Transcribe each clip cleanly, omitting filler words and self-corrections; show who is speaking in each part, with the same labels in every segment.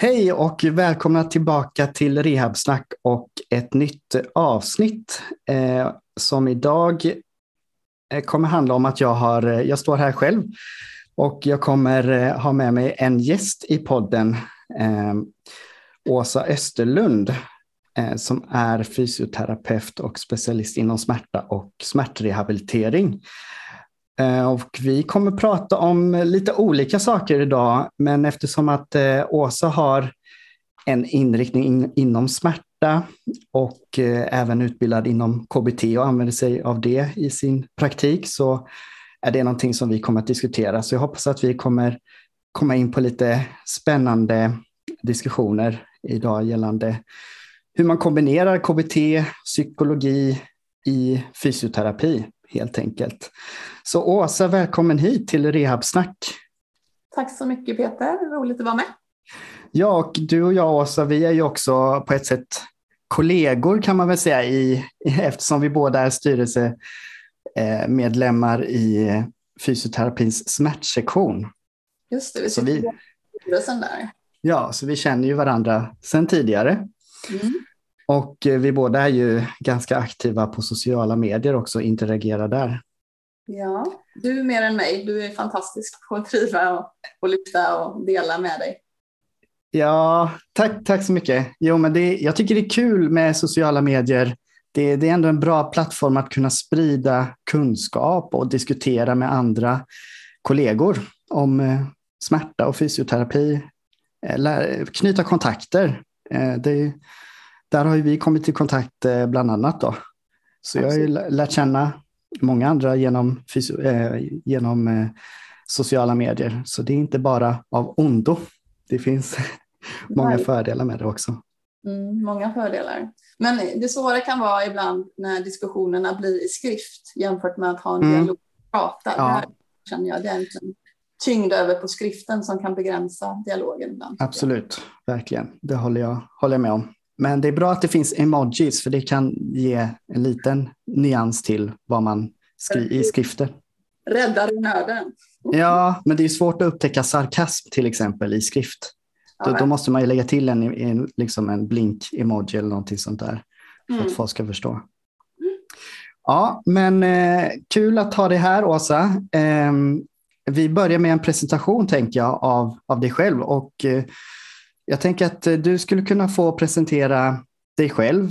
Speaker 1: Hej och välkomna tillbaka till Rehabsnack och ett nytt avsnitt som idag kommer handla om att jag står här själv och jag kommer ha med mig en gäst i podden, Åsa Österlund, som är fysioterapeut och specialist inom smärta och smärtrehabilitering. Och vi kommer prata om lite olika saker idag, men eftersom att Åsa har en inriktning inom smärta och även utbildad inom KBT och använder sig av det i sin praktik, så är det någonting som vi kommer att diskutera. Så jag hoppas att vi kommer komma in på lite spännande diskussioner idag gällande hur man kombinerar KBT, psykologi i fysioterapi helt enkelt. Så Åsa, välkommen hit till Rehabsnack.
Speaker 2: Tack så mycket Peter, roligt att vara med.
Speaker 1: Ja, och du och jag Åsa, vi är ju också på ett sätt kollegor kan man väl säga, eftersom vi båda är styrelsemedlemmar i fysioterapins smärtsektion.
Speaker 2: Just det, vi sitter i styrelsen där.
Speaker 1: Ja, så vi känner ju varandra sedan tidigare. Och vi båda är ju ganska aktiva på sociala medier också, interagerar där.
Speaker 2: Ja, du mer än mig. Du är fantastisk på att driva och lyfta och dela med dig.
Speaker 1: Ja, tack så mycket. Jo, men jag tycker det är kul med sociala medier. Det är ändå en bra plattform att kunna sprida kunskap och diskutera med andra kollegor om smärta och fysioterapi. Knyta kontakter. Där har ju vi kommit i kontakt bland annat då. Så jag har ju lärt känna många andra genom sociala medier. Så det är inte bara av ondo. Det finns många fördelar med det också.
Speaker 2: Många fördelar. Men det svåra kan vara ibland när diskussionerna blir i skrift jämfört med att ha en dialog och prata. Ja. Där känner jag det är en tyngd över på skriften som kan begränsa dialogen ibland.
Speaker 1: Absolut, verkligen. Det håller jag med om. Men det är bra att det finns emojis, för det kan ge en liten nyans till vad man skriver i skrifter.
Speaker 2: Räddar i nöden.
Speaker 1: Ja, men det är svårt att upptäcka sarkasm till exempel i skrift. Då måste man ju lägga till en blink-emoji eller någonting sånt där för att folk ska förstå. Ja, men kul att ha dig här, Åsa. Vi börjar med en presentation, tänker jag, av dig själv. Och jag tänker att du skulle kunna få presentera dig själv.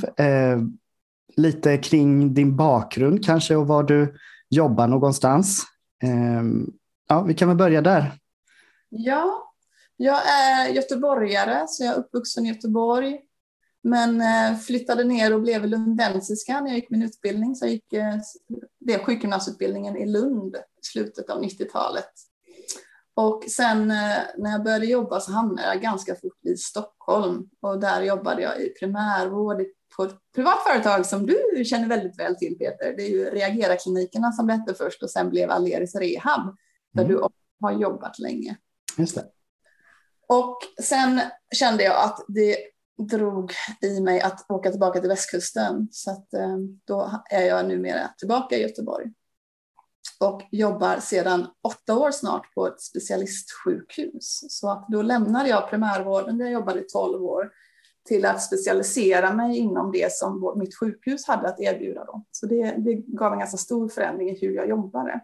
Speaker 1: Lite kring din bakgrund kanske och var du jobbar någonstans. Ja, vi kan väl börja där.
Speaker 2: Ja, jag är göteborgare, så jag är uppvuxen i Göteborg. Men flyttade ner och blev lundensiska när jag gick min utbildning. Så jag gick sjukgymnastutbildningen i Lund i slutet av 90-talet. Och sen när jag började jobba så hamnade jag ganska fort i Stockholm. Och där jobbade jag i primärvård på ett privat företag som du känner väldigt väl till, Peter. Det är ju Reagera-klinikerna som det hette först och sen blev Aleris Rehab. Där du har jobbat länge.
Speaker 1: Just det.
Speaker 2: Och sen kände jag att det drog i mig att åka tillbaka till västkusten. Så att, då är jag numera tillbaka i Göteborg. Och jobbar sedan 8 år snart på ett specialistsjukhus. Så att då lämnade jag primärvården där jag jobbade i 12 år till att specialisera mig inom det som mitt sjukhus hade att erbjuda. Då. Så det gav en ganska stor förändring i hur jag jobbade.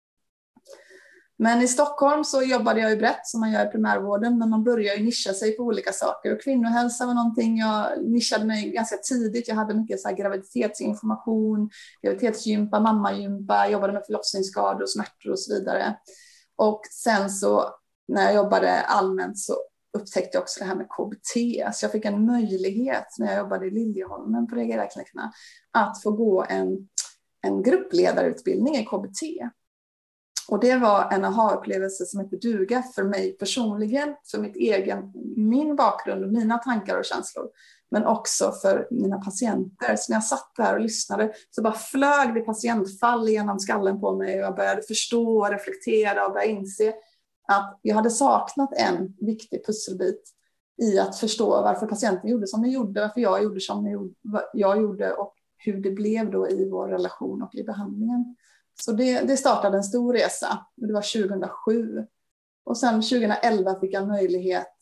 Speaker 2: Men i Stockholm så jobbade jag ju brett som man gör i primärvården, men man börjar ju nischa sig på olika saker. Och kvinnohälsa var någonting jag nischade mig ganska tidigt. Jag hade mycket så här graviditetsinformation, graviditetsgympa, mammagympa, jobbade med förlossningsskador och smärtor och så vidare. Och sen så när jag jobbade allmänt så upptäckte jag också det här med KBT. Så jag fick en möjlighet när jag jobbade i Liljeholmen på Reagera-klinikerna att få gå en gruppledarutbildning i KBT. Och det var en aha-upplevelse som inte duga för mig personligen, för min bakgrund och mina tankar och känslor. Men också för mina patienter. Så när jag satt där och lyssnade så bara flög det patientfall genom skallen på mig. Och jag började förstå och reflektera och började inse att jag hade saknat en viktig pusselbit i att förstå varför patienten gjorde som den gjorde, varför jag gjorde som jag gjorde och hur det blev då i vår relation och i behandlingen. Så det startade en stor resa. Det var 2007. Och sen 2011 fick jag möjlighet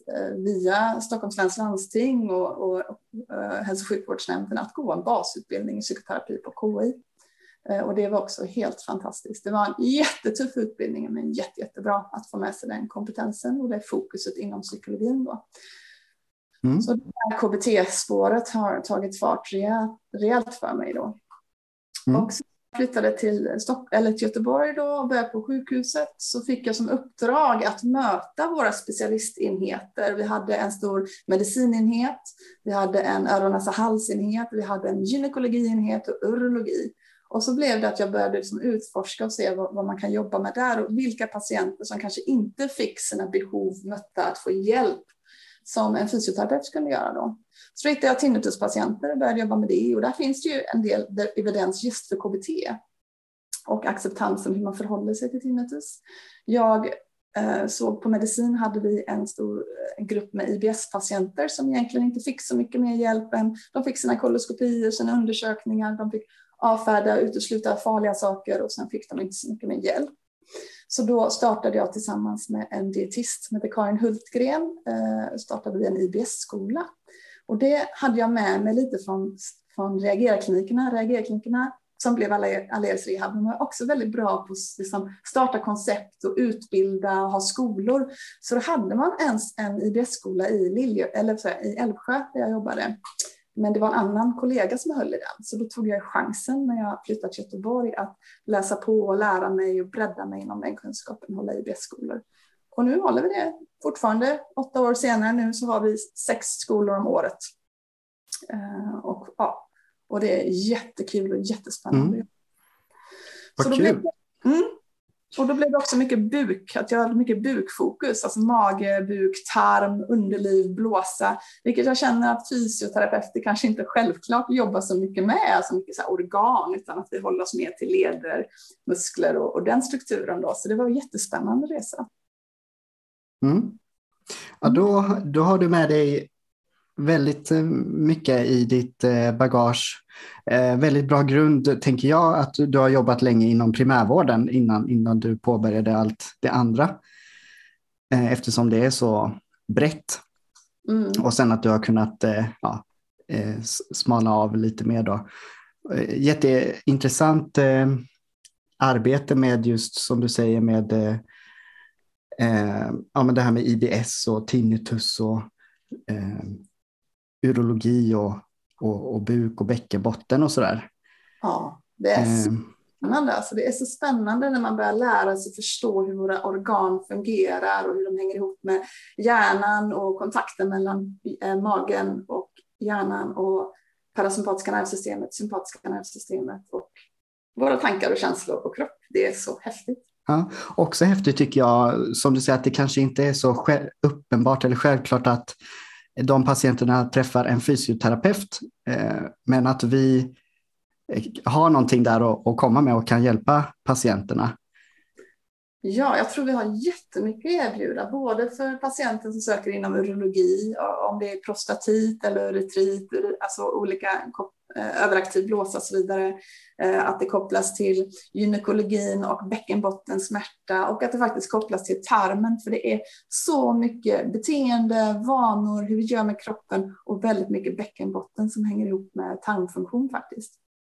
Speaker 2: via Stockholms läns landsting och hälso- och sjukvårdsnämnden att gå en basutbildning i psykoterapi på KI. Och det var också helt fantastiskt. Det var en jättetuff utbildning, men jättebra att få med sig den kompetensen och det fokuset inom psykologin då. Så det här KBT-spåret har tagit fart rejält för mig då. Och så flyttade till Göteborg då och började på sjukhuset, så fick jag som uppdrag att möta våra specialistenheter. Vi hade en stor medicinenhet, vi hade en öron-näsa-halsenhet, vi hade en gynekologienhet och urologi. Och så blev det att jag började liksom utforska och se vad man kan jobba med där och vilka patienter som kanske inte fick sina behov mötta att få hjälp som en fysioterapeut skulle göra då. Så hittade jag tinnituspatienter och började jobba med det. Och där finns det ju en del evidens just för KBT och acceptansen hur man förhåller sig till tinnitus. Jag såg på medicin hade vi en stor grupp med IBS-patienter som egentligen inte fick så mycket mer hjälp än de fick sina koloskopier, sina undersökningar, de fick avfärda, utesluta farliga saker och sen fick de inte så mycket mer hjälp. Så då startade jag tillsammans med en dietist som heter Karin Hultgren, startade vi en IBS-skola. Och det hade jag med mig lite från reagerklinikerna som blev Aleris Rehab. De var också väldigt bra på att liksom starta koncept och utbilda och ha skolor. Så då hade man en IBS-skola i Älvsjö där jag jobbade. Men det var en annan kollega som höll i den. Så då tog jag chansen när jag flyttade till Göteborg att läsa på och lära mig och bredda mig inom den kunskapen, hålla IBS-skolor. Och nu håller vi det fortfarande. 8 år senare nu så har vi 6 skolor om året. Och det är jättekul och jättespännande.
Speaker 1: Vad kul.
Speaker 2: Och då blev det också att jag hade mycket bukfokus, alltså mage, buk, tarm, underliv, blåsa, vilket jag känner att fysioterapeuter kanske inte självklart jobbar så mycket med, så mycket så här organ, utan att vi håller oss mer till leder, muskler och den strukturen då. Så det var en jättespännande resa.
Speaker 1: Ja, då har du med dig väldigt mycket i ditt bagage. Väldigt bra grund, tänker jag, att du har jobbat länge inom primärvården innan du påbörjade allt det andra. Eftersom det är så brett. Och sen att du har kunnat smala av lite mer då. Jätteintressant arbete med just, som du säger, med det här med IBS och tinnitus och urologi och buk och bäckenbotten och sådär.
Speaker 2: Ja, det är spännande. Alltså, det är så spännande när man börjar lära sig förstå hur våra organ fungerar och hur de hänger ihop med hjärnan och kontakten mellan magen och hjärnan och parasympatiska nervsystemet, sympatiska nervsystemet och våra tankar och känslor och kropp. Det är så häftigt.
Speaker 1: Ja, också häftigt tycker jag, som du säger, att det kanske inte är så uppenbart eller självklart att de patienterna träffar en fysioterapeut, men att vi har någonting där att komma med och kan hjälpa patienterna.
Speaker 2: Ja, jag tror vi har jättemycket att erbjuda, både för patienten som söker inom urologi, om det är prostatit eller uretrit, alltså olika överaktiv blåsa och så vidare, att det kopplas till gynekologin och bäckenbottensmärta och att det faktiskt kopplas till tarmen, för det är så mycket beteende, vanor, hur vi gör med kroppen och väldigt mycket bäckenbotten som hänger ihop med tarmfunktion faktiskt.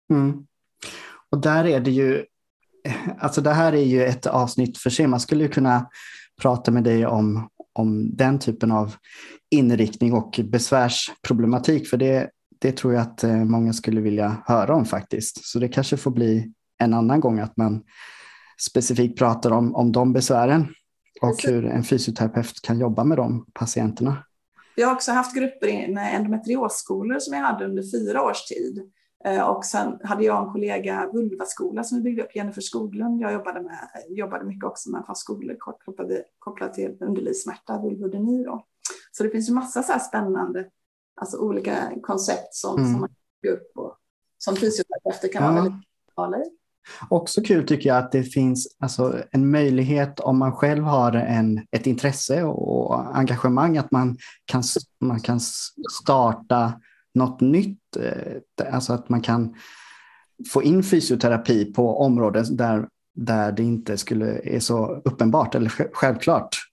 Speaker 1: Och där är det ju, alltså det här är ju ett avsnitt för sig. Man skulle ju kunna prata med dig om den typen av inriktning och besvärsproblematik, för det tror jag att många skulle vilja höra om faktiskt. Så det kanske får bli en annan gång att man specifikt pratar om de besvären och hur en fysioterapeut kan jobba med de patienterna.
Speaker 2: Vi har också haft grupper med endometriosskolor som jag hade under 4 års tid. Och sen hade jag en kollega, vulvaskola, som vi byggde upp, Jennifer Skoglund. Jag jobbade mycket också med att ha skolor kopplat till underlivssmärta, vulvodyni då. Så det finns ju massa så här spännande, alltså olika koncept som man kan bygga upp och som fysioterapeuter kan vara väldigt tala i. Också
Speaker 1: kul tycker jag att det finns alltså en möjlighet, om man själv har ett intresse och engagemang, att man kan starta något nytt, alltså att man kan få in fysioterapi på områden där det inte är så uppenbart eller självklart.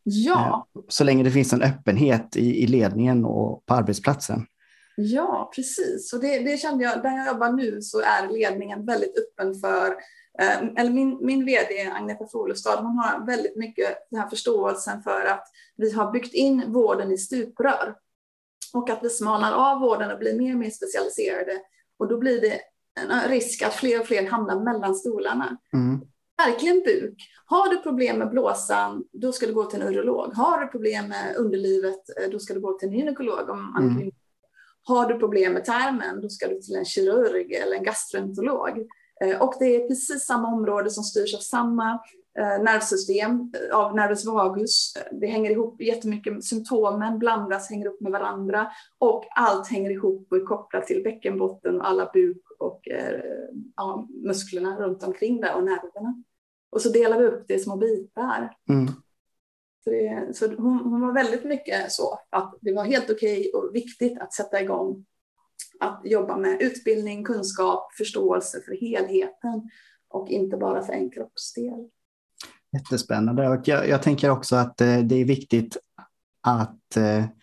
Speaker 2: Ja.
Speaker 1: Så länge det finns en öppenhet i ledningen och på arbetsplatsen.
Speaker 2: Ja, precis. Och det kände jag, där jag jobbar nu så är ledningen väldigt öppen för, eller min vd Agneta Folestad, hon har väldigt mycket den här förståelsen för att vi har byggt in vården i stuprör. Och att vi smalnar av vården och blir mer och mer specialiserade. Och då blir det en risk att fler och fler hamnar mellan stolarna. Verkligen buk. Har du problem med blåsan, då ska du gå till en urolog. Har du problem med underlivet, då ska du gå till en gynekolog. Har du problem med tarmen, då ska du till en kirurg eller en gastroenterolog. Och det är precis samma område som styrs av samma nervsystem, av nervus vagus. Det hänger ihop jättemycket, symptomen blandas, hänger upp med varandra. Och allt hänger ihop och är kopplat till bäckenbotten och alla buk och musklerna runt omkring där och nerverna. Och så delar vi upp det i små bitar. Så hon var väldigt mycket så att det var helt okej och viktigt att sätta igång att jobba med utbildning, kunskap, förståelse för helheten och inte bara för en kroppsdel.
Speaker 1: Jättespännande. Och jag tänker också att det är viktigt att,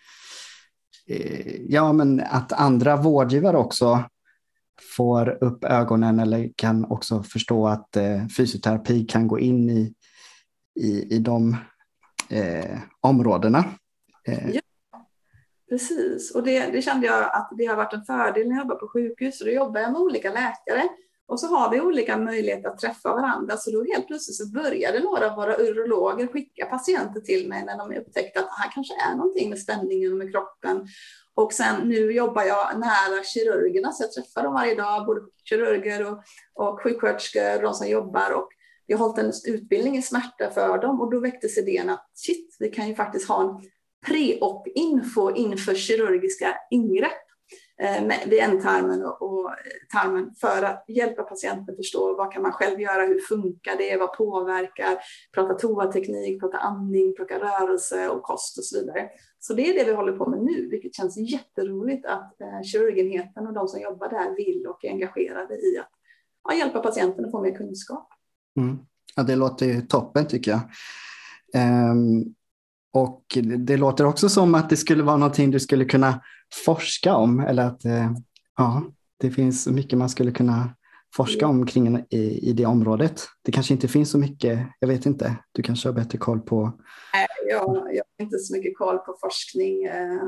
Speaker 1: att andra vårdgivare också får upp ögonen eller kan också förstå att fysioterapi kan gå in i de områdena.
Speaker 2: Ja, precis. Och det kände jag att det har varit en fördel när jag jobbar på sjukhus. Och då jobbar jag med olika läkare. Och så har vi olika möjligheter att träffa varandra. Så då helt plötsligt så började några av våra urologer skicka patienter till mig när de upptäckte att här kanske är någonting med stämningen och med kroppen. Och sen nu jobbar jag nära kirurgerna, så jag träffar dem varje dag, både kirurger och sjuksköterskor, de som jobbar. Och jag har hållit en utbildning i smärta för dem och då väcktes idén att vi kan ju faktiskt ha en pre-op-info inför kirurgiska ingrepp vid ändtarmen och tarmen för att hjälpa patienten förstå vad kan man själv göra, hur funkar det, vad påverkar, prata toateknik, prata andning, prata rörelse och kost och så vidare. Så det är det vi håller på med nu, vilket känns jätteroligt att kirurgenheten och de som jobbar där vill och är engagerade i att hjälpa patienten att få mer kunskap.
Speaker 1: Ja, det låter ju toppen tycker jag. Och det låter också som att det skulle vara någonting du skulle kunna forska om, eller att det finns mycket man skulle kunna forska om kring i det området. Det kanske inte finns så mycket, jag vet inte, du kanske har bättre koll på.
Speaker 2: Jag har inte så mycket koll på forskning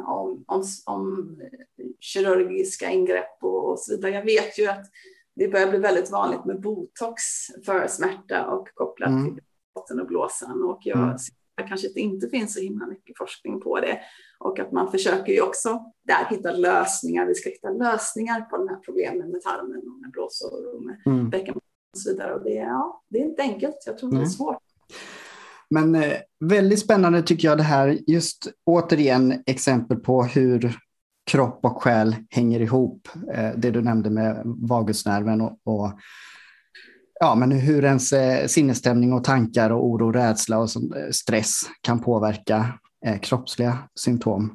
Speaker 2: om kirurgiska ingrepp och så vidare. Jag vet ju att det börjar bli väldigt vanligt med botox för smärta och kopplat till botten och blåsan. Och jag ser att kanske inte finns så himla mycket forskning på det. Och att man försöker ju också där hitta lösningar. Vi ska hitta lösningar på de här problemen med tarmen och med blåsor och med bäcken och så vidare. Och det är inte enkelt. Jag tror det är svårt.
Speaker 1: Men väldigt spännande tycker jag det här. Just återigen exempel på hur kropp och själ hänger ihop. Det du nämnde med vagusnerven och men hur ens sinnesstämning och tankar och oro, rädsla och stress kan påverka kroppsliga symptom.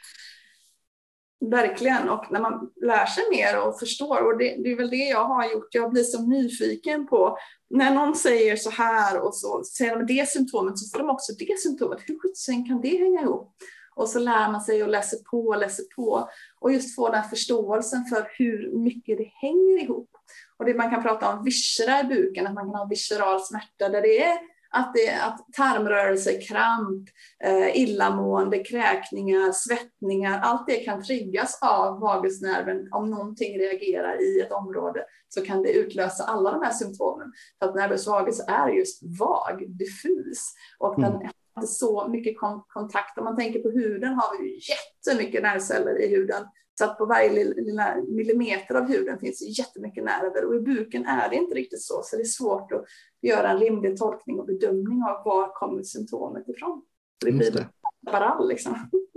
Speaker 2: Verkligen, och när man lär sig mer och förstår, och det är väl det jag har gjort, jag blir så nyfiken på när någon säger så här och så säger de det symptomet, så får de också det symptomet. Hur sjutton kan det hänga ihop? Och så lär man sig och läser på och just få den här förståelsen för hur mycket det hänger ihop. Och det man kan prata om viscera i buken, att man kan ha visceral smärta där det är att tarmrörelse, kramp, illamående, kräkningar, svettningar, allt det kan triggas av vagusnerven. Om någonting reagerar i ett område så kan det utlösa alla de här symptomen. För att nervus vagus är just vag, diffus och den har inte så mycket kontakt. Om man tänker på huden har vi jättemycket nervceller i huden. Så att på varje lilla millimeter av huden finns jättemycket nerver. Och i buken är det inte riktigt så. Så det är svårt att göra en rimlig tolkning och bedömning av var kommer symptomet ifrån. Så det blir parall liksom.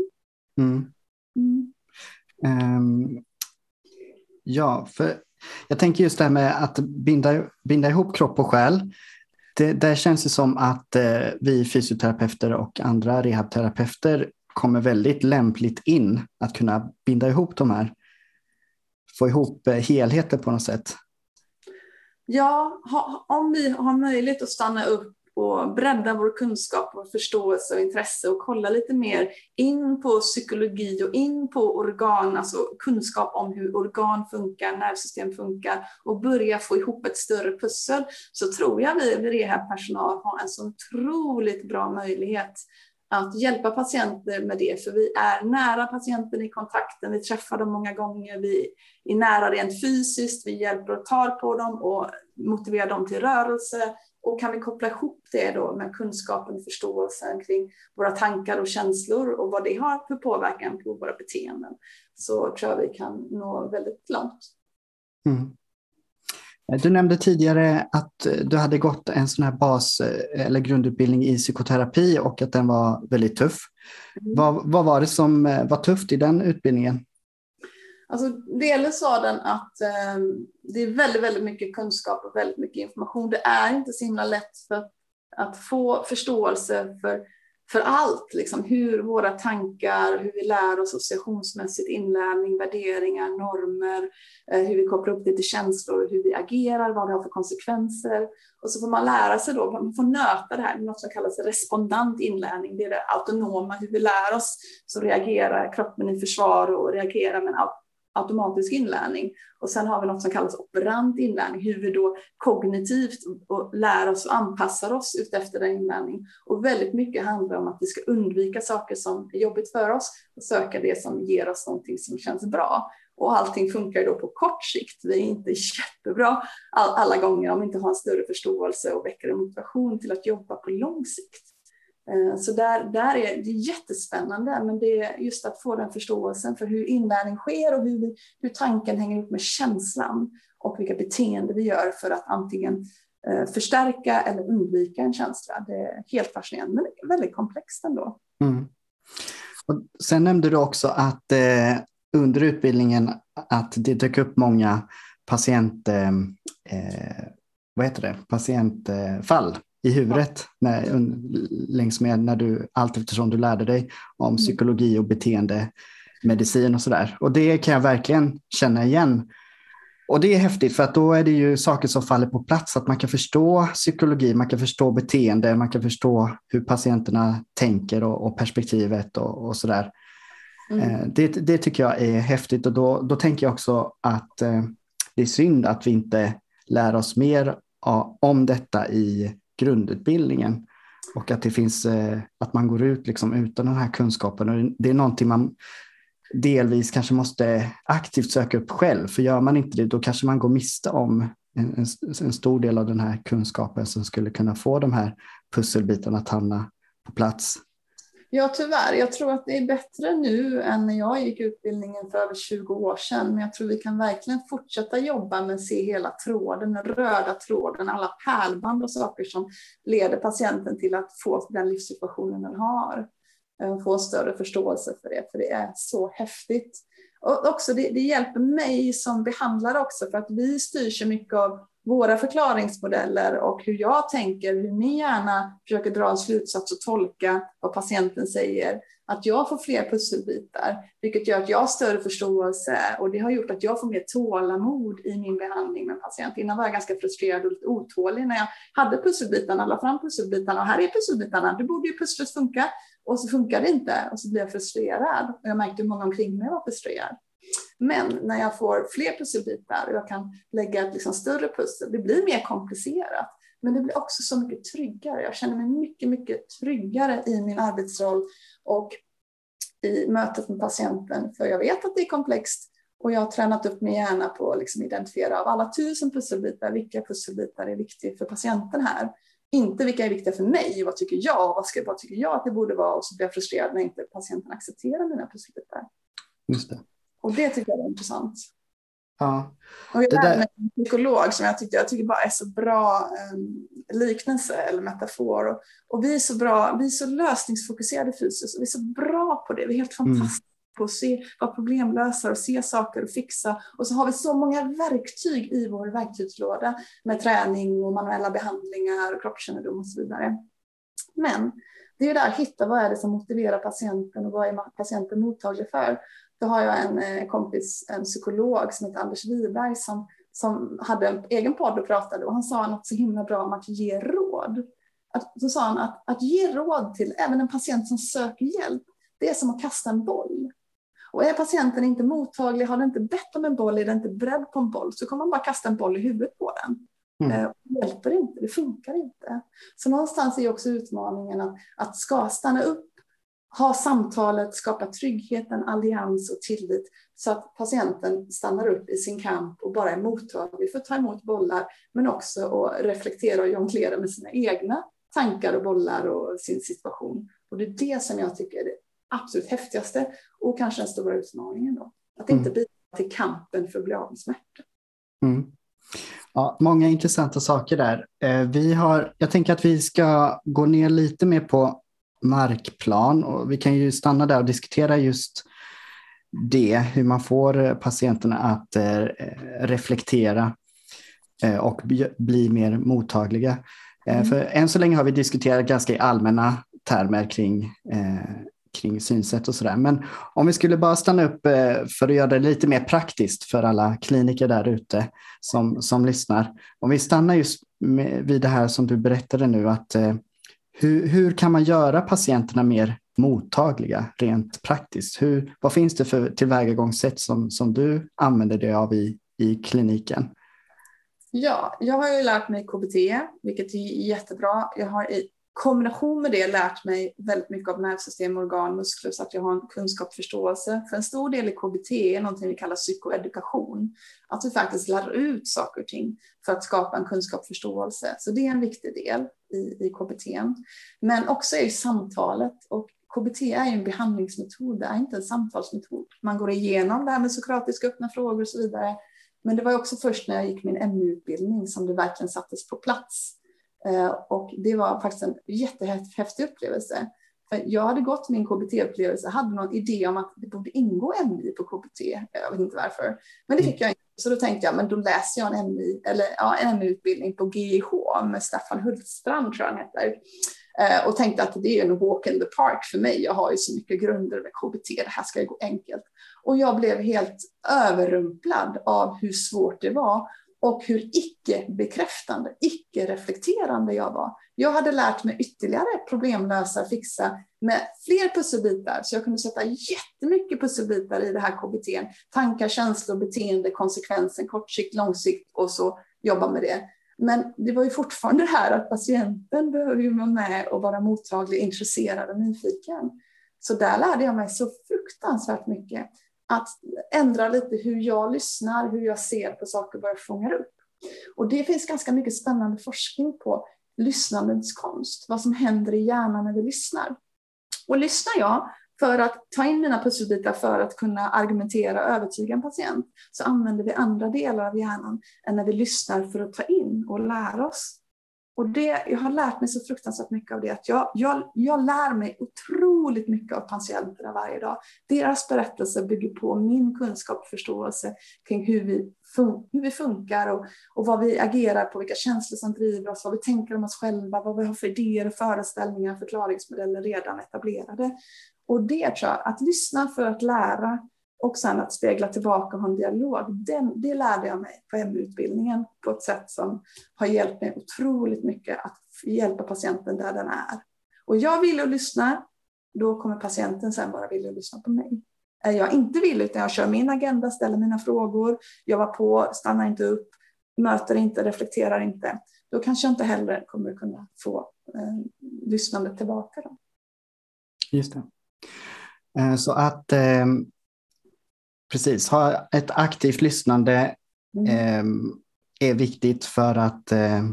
Speaker 1: För jag tänker just det här med att binda ihop kropp och själ. Det känns det som att vi fysioterapeuter och andra rehabterapeuter kommer väldigt lämpligt in att kunna binda ihop de här, få ihop helheten på något sätt.
Speaker 2: Ja, om vi har möjlighet att stanna upp och bredda vår kunskap och förståelse och intresse och kolla lite mer in på psykologi och in på organ, alltså kunskap om hur organ funkar, nervsystem funkar och börja få ihop ett större pussel, så tror jag vi rehabpersonal har en så otroligt bra möjlighet att hjälpa patienter med det, för vi är nära patienten i kontakten, vi träffar dem många gånger, vi är nära rent fysiskt, vi hjälper och tar på dem och motiverar dem till rörelse. Och kan vi koppla ihop det då med kunskapen och förståelsen kring våra tankar och känslor och vad det har för påverkan på våra beteenden, så tror jag vi kan nå väldigt långt.
Speaker 1: Mm. Du nämnde tidigare att du hade gått en sån här eller grundutbildning i psykoterapi och att den var väldigt tuff. Vad var det som var tufft i den utbildningen?
Speaker 2: Alltså, dels var den att det är väldigt, väldigt mycket kunskap och väldigt mycket information. Det är inte så himla lätt för att få förståelse för allt. Liksom, hur våra tankar, hur vi lär oss associationsmässigt, inlärning, värderingar, normer, hur vi kopplar upp det till känslor, hur vi agerar, vad det har för konsekvenser. Och så får man lära sig då, man får nöta det här, något som kallas respondant inlärning. Det är det autonoma, hur vi lär oss, så reagerar kroppen i försvar och reagerar med en automatisk inlärning. Och sen har vi något som kallas operant inlärning, hur vi då kognitivt och lär oss och anpassar oss ut efter den inlärning. Och väldigt mycket handlar om att vi ska undvika saker som är jobbigt för oss och söka det som ger oss någonting som känns bra. Och allting funkar då på kort sikt. Vi är inte jättebra alla gånger om vi inte har en större förståelse och väcker en motivation till att jobba på lång sikt. Så där är det jättespännande, men det är just att få den förståelsen för hur inlärning sker och hur tanken hänger ihop med känslan och vilka beteenden vi gör för att antingen förstärka eller undvika en känsla. Det är helt fascinerande, men det är väldigt komplext ändå.
Speaker 1: Mm. Och sen nämnde du också att under utbildningen att det dök upp många patientfall i huvudet längs med när du, allt eftersom du lärde dig om psykologi och beteendemedicin och sådär. Och det kan jag verkligen känna igen. Och det är häftigt, för att då är det ju saker som faller på plats, att man kan förstå psykologi, man kan förstå beteende, man kan förstå hur patienterna tänker och perspektivet och sådär. Det tycker jag är häftigt, och då tänker jag också att det är synd att vi inte lär oss mer om detta i grundutbildningen, och att det finns att man går ut liksom utan den här kunskapen, och det är någonting man delvis kanske måste aktivt söka upp själv, för gör man inte det då kanske man går miste om en stor del av den här kunskapen som skulle kunna få de här pusselbitarna att hamna på plats.
Speaker 2: Ja, tyvärr. Jag tror att det är bättre nu än när jag gick utbildningen för över 20 år sedan. Men jag tror vi kan verkligen fortsätta jobba med att se hela tråden, den röda tråden, alla pärlband och saker som leder patienten till att få den livssituationen den har. Få större förståelse för det är så häftigt. Och också det hjälper mig som behandlare också, för att vi styr så mycket av våra förklaringsmodeller och hur jag tänker, hur min hjärna försöker dra en slutsats och tolka vad patienten säger. Att jag får fler pusselbitar, vilket gör att jag har större förståelse, och det har gjort att jag får mer tålamod i min behandling med patient. Innan var jag ganska frustrerad och lite otålig när jag hade pusselbitarna, la fram pusselbitarna, och här är pusselbitarna, det borde ju pusslet funka, och så funkar det inte, och så blir jag frustrerad, och jag märkte hur många omkring mig var frustrerad. Men när jag får fler pusselbitar och jag kan lägga ett liksom större pussel, det blir mer komplicerat, men det blir också så mycket tryggare. Jag känner mig mycket, mycket tryggare i min arbetsroll och i mötet med patienten, för jag vet att det är komplext, och jag har tränat upp min hjärna på att liksom identifiera av alla 1000 pusselbitar, vilka pusselbitar är viktiga för patienten här. Inte vilka är viktiga för mig, vad tycker jag, vad tycker jag att det borde vara, och så blir jag frustrerad när inte patienten accepterar mina pusselbitar.
Speaker 1: Just det.
Speaker 2: Och det tycker jag är intressant.
Speaker 1: Ja.
Speaker 2: Och jag lärde mig en psykolog som jag tycker bara är så bra liknelse eller metafor. Och vi är så bra, vi är så lösningsfokuserade fysiskt, och vi är så bra på det. Vi är helt fantastiska på att se vad problem löser och se saker och fixa. Och så har vi så många verktyg i vår verktygslåda med träning och manuella behandlingar och kroppskännedom och så vidare. Men det är där att hitta vad är det som motiverar patienten och vad är patienten mottaglig för. Då har jag en kompis, en psykolog som heter Anders Wiberg, som hade en egen podd och pratade, och han sa något så himla bra om att ge råd. så sa han att ge råd till även en patient som söker hjälp, det är som att kasta en boll. Och är patienten inte mottaglig, har den inte bett om en boll, är den inte beredd på en boll, så kommer man bara kasta en boll i huvudet på den. Det hjälper inte, det funkar inte. Så någonstans är också utmaningen att ska stanna upp, ha samtalet, skapa tryggheten, allians och tillit, så att patienten stannar upp i sin kamp och bara är mottaglig för att ta emot bollar, men också att reflektera och jonglera med sina egna tankar och bollar och sin situation. Och det är det som jag tycker är det absolut häftigaste och kanske den stora utmaningen då. Att inte bidra till kampen för att bli av med smärta.
Speaker 1: Ja, många intressanta saker där. Jag tänker att vi ska gå ner lite mer på markplan, och vi kan ju stanna där och diskutera just det, hur man får patienterna att reflektera och bli mer mottagliga. För än så länge har vi diskuterat ganska i allmänna termer kring synsätt och sådär. Men om vi skulle bara stanna upp för att göra det lite mer praktiskt för alla kliniker där ute som lyssnar. Om vi stannar just vid det här som du berättade nu, att hur kan man göra patienterna mer mottagliga rent praktiskt? Vad finns det för tillvägagångssätt som du använder dig av i kliniken?
Speaker 2: Ja, jag har ju lärt mig KBT, vilket är jättebra. Jag har i kombination med det lärt mig väldigt mycket av nervsystem, organ, muskler, så att jag har en kunskapsförståelse. För en stor del i KBT är någonting vi kallar psykoedukation. Att vi faktiskt lär ut saker och ting för att skapa en kunskapsförståelse. Så det är en viktig del i KBT. Men också är samtalet, och KBT är ju en behandlingsmetod, det är inte en samtalsmetod. Man går igenom det här med sokratiska öppna frågor och så vidare. Men det var också först när jag gick min MU-utbildning som det verkligen sattes på plats. Och det var faktiskt en jättehäftig upplevelse. För jag hade gått min KBT-upplevelse, hade någon idé om att det borde ingå MI på KBT. Jag vet inte varför. Men det fick jag inte. Så då tänkte jag, men då läser jag en MI-utbildning på GIH med Staffan Hultstrand, tror jag han heter. Och tänkte att det är en walk in the park för mig. Jag har ju så mycket grunder med KBT, det här ska gå enkelt. Och jag blev helt överrumplad av hur svårt det var. Och hur icke-bekräftande, icke-reflekterande jag var. Jag hade lärt mig ytterligare problemlösa, fixa med fler pusselbitar. Så jag kunde sätta jättemycket pusselbitar i det här KBT. Tankar, känslor, beteende, konsekvensen, kort sikt, lång sikt, och så jobba med det. Men det var ju fortfarande det här att patienten behöver ju vara med och vara mottaglig, intresserad och nyfiken. Så där lärde jag mig så fruktansvärt mycket. Att ändra lite hur jag lyssnar, hur jag ser på saker, vad jag fångar upp. Och det finns ganska mycket spännande forskning på lyssnandets konst. Vad som händer i hjärnan när vi lyssnar. Och lyssnar jag för att ta in mina pusselbitar för att kunna argumentera och övertyga en patient, så använder vi andra delar av hjärnan än när vi lyssnar för att ta in och lära oss. Och jag har lärt mig så fruktansvärt mycket av det. Att jag lär mig otroligt mycket av patienterna varje dag. Deras berättelser bygger på min kunskap och förståelse kring hur vi funkar och vad vi agerar på, vilka känslor som driver oss, vad vi tänker om oss själva, vad vi har för idéer och föreställningar, förklaringsmodeller redan etablerade. Och det tror jag, att lyssna för att lära och sen att spegla tillbaka och ha en dialog. Det lärde jag mig på MU-utbildningen på ett sätt som har hjälpt mig otroligt mycket att hjälpa patienten där den är. Och jag vill att lyssna, då kommer patienten sen bara vilja lyssna på mig. Är jag inte vill, utan jag kör min agenda, ställer mina frågor, jobbar på, stannar inte upp, möter inte, reflekterar inte, då kanske jag inte heller kommer kunna få lyssnandet tillbaka då.
Speaker 1: Just det. Så att precis, ha ett aktivt lyssnande är viktigt för att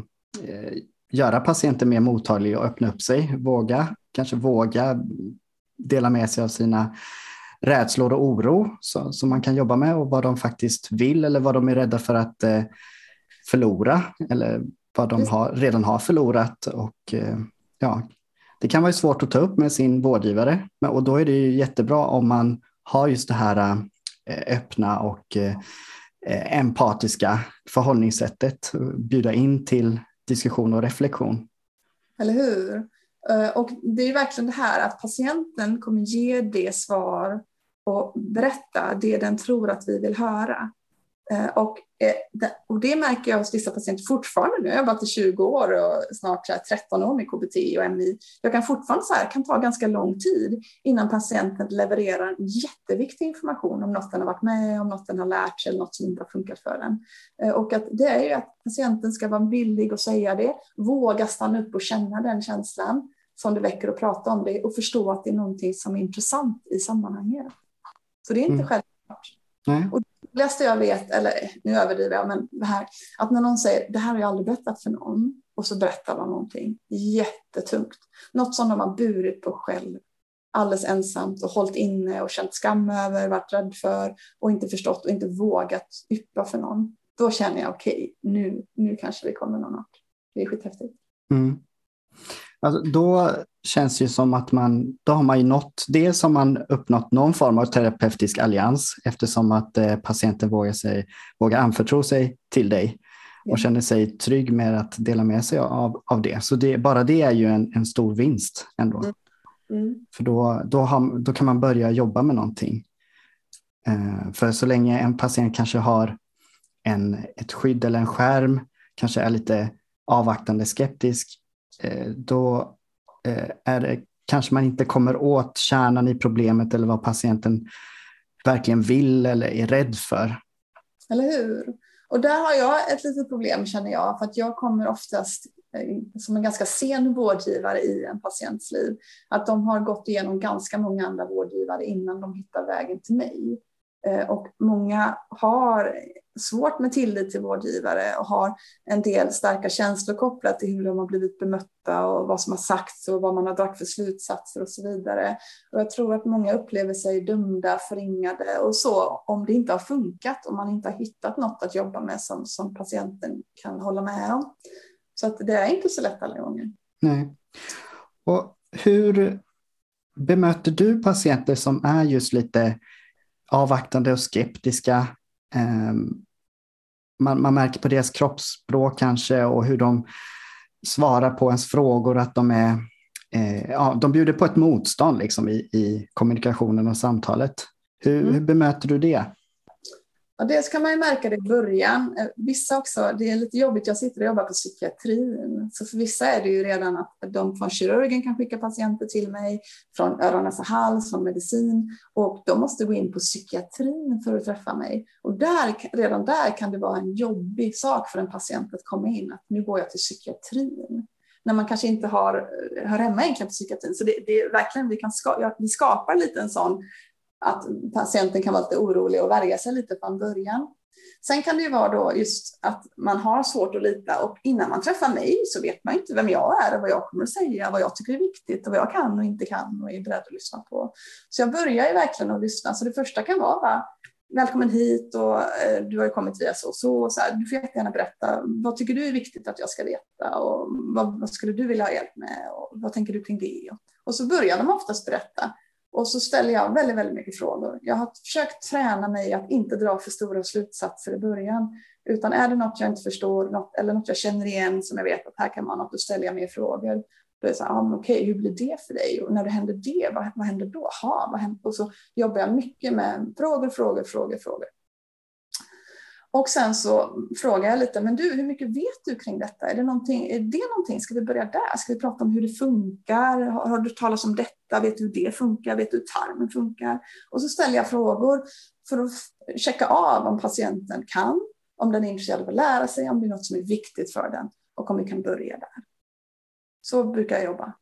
Speaker 1: göra patienten mer mottaglig och öppna upp sig. Kanske våga dela med sig av sina rädslor och oro som man kan jobba med, och vad de faktiskt vill eller vad de är rädda för att förlora, eller vad de redan har förlorat. Och det kan vara svårt att ta upp med sin vårdgivare, och då är det ju jättebra om man har just det här öppna och empatiska förhållningssättet, bjuda in till diskussion och reflektion.
Speaker 2: Eller hur? Och det är verkligen det här att patienten kommer ge det svar och berätta det den tror att vi vill höra. Och det märker jag hos vissa patienter fortfarande. Nu har jag jobbat i 20 år och snart 13 år med KBT och MI. Jag kan fortfarande kan ta ganska lång tid innan patienten levererar jätteviktig information om något den har varit med om, något den har lärt sig eller något som inte har funkat för den. Och att det är ju att patienten ska vara villig att säga det, våga stanna upp och känna den känslan som det väcker och prata om det och förstå att det är någonting som är intressant i sammanhanget. Så det är inte självklart.
Speaker 1: Nej.
Speaker 2: Och det läste jag vet, eller nu överdriver jag, men det här, att när någon säger det här har jag aldrig berättat för någon och så berättar de någonting jättetungt. Något som de har burit på själv, alldeles ensamt och hållit inne och känt skam över, varit rädd för och inte förstått och inte vågat yppa för någon. Då känner jag okej, nu kanske vi kommer någon vart. Det är skithäftigt.
Speaker 1: Mm. Alltså, då känns det ju som att då har man ju nått det som man uppnått någon form av terapeutisk allians eftersom att patienten vågar anförtro sig till dig och känner sig trygg med att dela med sig av det. Så bara det är ju en stor vinst ändå. För då kan man börja jobba med någonting. För så länge en patient kanske har ett skydd eller en skärm, kanske är lite avvaktande skeptisk, då är det kanske man inte kommer åt kärnan i problemet eller vad patienten verkligen vill eller är rädd för.
Speaker 2: Eller hur? Och där har jag ett litet problem känner jag, för att jag kommer oftast som en ganska sen vårdgivare i en patients liv, att de har gått igenom ganska många andra vårdgivare innan de hittar vägen till mig. Och många har svårt med tillit till vårdgivare och har en del starka känslor kopplat till hur de har blivit bemötta och vad som har sagts och vad man har dragit för slutsatser och så vidare. Och jag tror att många upplever sig dömda, förringade och så om det inte har funkat, om man inte har hittat något att jobba med som patienten kan hålla med om. Så att det är inte så lätt alla gånger. Nej.
Speaker 1: Och hur bemöter du patienter som är just lite avvaktande och skeptiska? Man märker på deras kroppsspråk kanske och hur de svarar på ens frågor att de bjuder på ett motstånd liksom i kommunikationen och samtalet. Hur bemöter du det?
Speaker 2: Ja, dels kan man ju märka det i början. Vissa också, det är lite jobbigt, jag sitter och jobbar på psykiatrin. Så för vissa är det ju redan att de från kirurgen kan skicka patienter till mig, från öron, näsa, hals, från medicin. Och de måste gå in på psykiatrin för att träffa mig. Och redan där kan det vara en jobbig sak för en patient att komma in. Att nu går jag till psykiatrin. När man kanske inte hör hemma egentligen på psykiatrin. Så det är verkligen, vi skapar lite en sån att patienten kan vara lite orolig och värja sig lite från början. Sen kan det ju vara då just att man har svårt att lita och innan man träffar mig så vet man inte vem jag är och vad jag kommer att säga, vad jag tycker är viktigt och vad jag kan och inte kan och är beredd att lyssna på. Så jag börjar ju verkligen att lyssna. Så det första kan vara välkommen hit och du har ju kommit via så här. Du får jättegärna berätta, vad tycker du är viktigt att jag ska veta och vad skulle du vilja ha hjälp med och vad tänker du kring det? Och så börjar de oftast berätta. Och så ställer jag väldigt, väldigt mycket frågor. Jag har försökt träna mig att inte dra för stora slutsatser i början. Utan är det något jag inte förstår eller något jag känner igen som jag vet att här kan man något, då ställer jag mer frågor. Då är det så här, okej, hur blir det för dig? Och när det händer det, vad händer då? Vad händer? Och så jobbar jag mycket med frågor. Och sen så frågar jag lite, men du, hur mycket vet du kring detta? Är det någonting? Ska vi börja där? Ska vi prata om hur det funkar? Har du talat om detta? Vet du hur det funkar? Vet du hur tarmen funkar? Och så ställer jag frågor för att checka av om patienten kan, om den är intresserad av att lära sig, om det är något som är viktigt för den och om vi kan börja där. Så brukar jag jobba.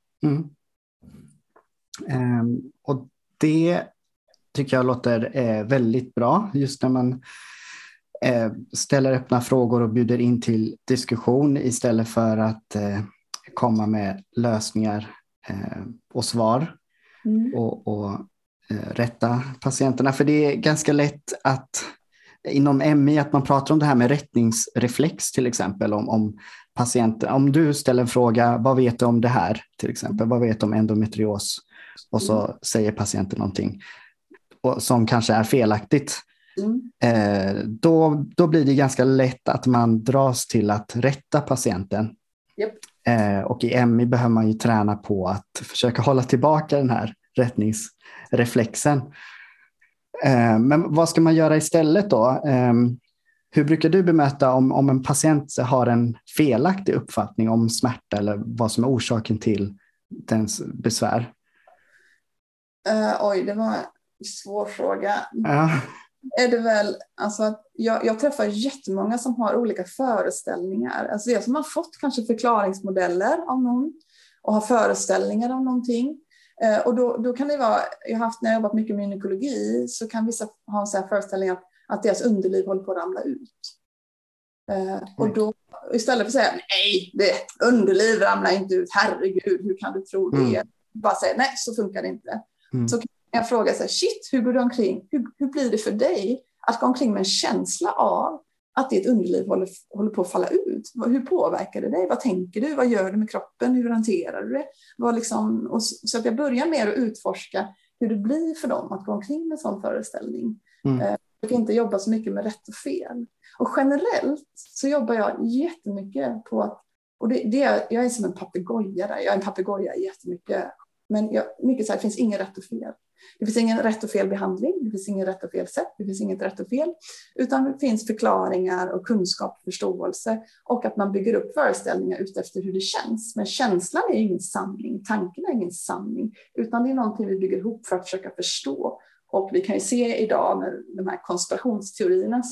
Speaker 1: Och det tycker jag låter väldigt bra, just när man ställer öppna frågor och bjuder in till diskussion istället för att komma med lösningar och svar och rätta patienterna. För det är ganska lätt att inom MI att man pratar om det här med rättningsreflex till exempel om patienter. Om du ställer en fråga, vad vet du om det här till exempel? Vad vet du om endometrios? Och så säger patienten någonting som kanske är felaktigt. Då blir det ganska lätt att man dras till att rätta patienten.
Speaker 2: Yep.
Speaker 1: Och i MI behöver man ju träna på att försöka hålla tillbaka den här rättningsreflexen. Men vad ska man göra istället då? Hur brukar du bemöta om en patient har en felaktig uppfattning om smärta eller vad som är orsaken till dens besvär?
Speaker 2: Det var en svår fråga.
Speaker 1: Ja.
Speaker 2: Är det väl, alltså att jag träffar jättemånga som har olika föreställningar. Alltså det som har fått kanske förklaringsmodeller av någon och har föreställningar om någonting. Och då kan det vara, när jag jobbat mycket med gynekologi, så kan vissa ha en sån här föreställning att deras underliv håller på att ramla ut. Och då istället för att säga nej, underliv ramlar inte ut, herregud, hur kan du tro det? Bara säga nej, så funkar det inte. Så kan jag fråga sig, shit, hur går du omkring? Hur blir det för dig att gå omkring med en känsla av att ditt underliv håller på att falla ut? Hur påverkar det dig? Vad tänker du? Vad gör du med kroppen? Hur hanterar du det? Så att jag börjar mer att utforska hur det blir för dem att gå omkring med en sån föreställning. Jag kan inte jobba så mycket med rätt och fel. Och generellt så jobbar jag jättemycket på att, jag är som en papegoja där. Jag är en papegoja jättemycket. Men mycket så här, det finns ingen rätt och fel. Det finns ingen rätt och fel behandling. Det finns ingen rätt och fel sätt. Det finns inget rätt och fel. Utan det finns förklaringar och kunskap och förståelse. Och att man bygger upp föreställningar utefter hur det känns. Men känslan är ingen sanning. Tanken är ingen sanning. Utan det är någonting vi bygger ihop för att försöka förstå. Och vi kan ju se idag med de här konspirationsteorierna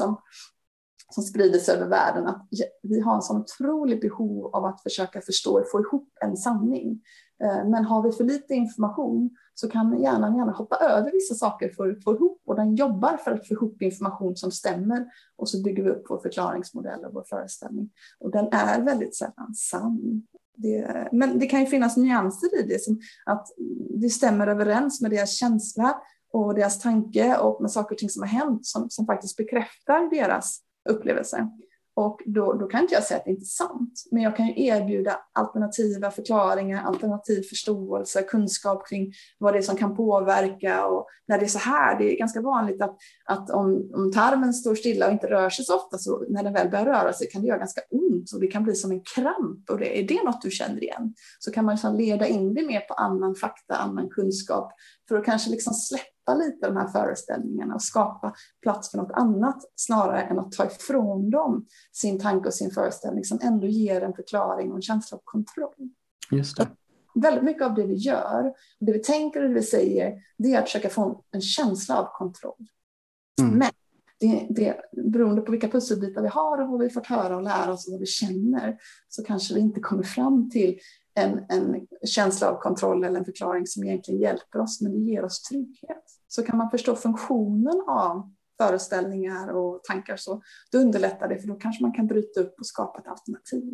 Speaker 2: som sprider sig över världen, att vi har en sån otrolig behov av att försöka förstå och få ihop en sanning. Men har vi för lite information så kan hjärnan gärna hoppa över vissa saker för att få ihop, och den jobbar för att få ihop information som stämmer, och så bygger vi upp vår förklaringsmodell och vår föreställning. Och den är väldigt sällan sann. Men det kan ju finnas nyanser i det, som att det stämmer överens med deras känsla och deras tanke och med saker och ting som har hänt som faktiskt bekräftar deras upplevelser. Och då kan inte jag säga att det inte är sant. Men jag kan ju erbjuda alternativa förklaringar, alternativ förståelse, kunskap kring vad det är som kan påverka. Och när det är så här, det är ganska vanligt att om tarmen står stilla och inte rör sig så ofta, så när den väl börjar röra sig kan det göra ganska ont och det kan bli som en kramp. Och är det något du känner igen, så kan man liksom leda in det mer på annan fakta, annan kunskap, för att kanske liksom släppa lite de här föreställningarna och skapa plats för något annat, snarare än att ta ifrån dem sin tanke och sin föreställning som ändå ger en förklaring och en känsla av kontroll.
Speaker 1: Just det.
Speaker 2: Väldigt mycket av det vi gör, det vi tänker och det vi säger, det är att försöka få en känsla av kontroll. Men det beroende på vilka pusselbitar vi har och vad vi fått höra och lära oss och vad vi känner, så kanske vi inte kommer fram till en känsla av kontroll eller en förklaring som egentligen hjälper oss, men det ger oss trygghet. Så kan man förstå funktionen av föreställningar och tankar, så då underlättar det, för då kanske man kan bryta upp och skapa ett alternativ.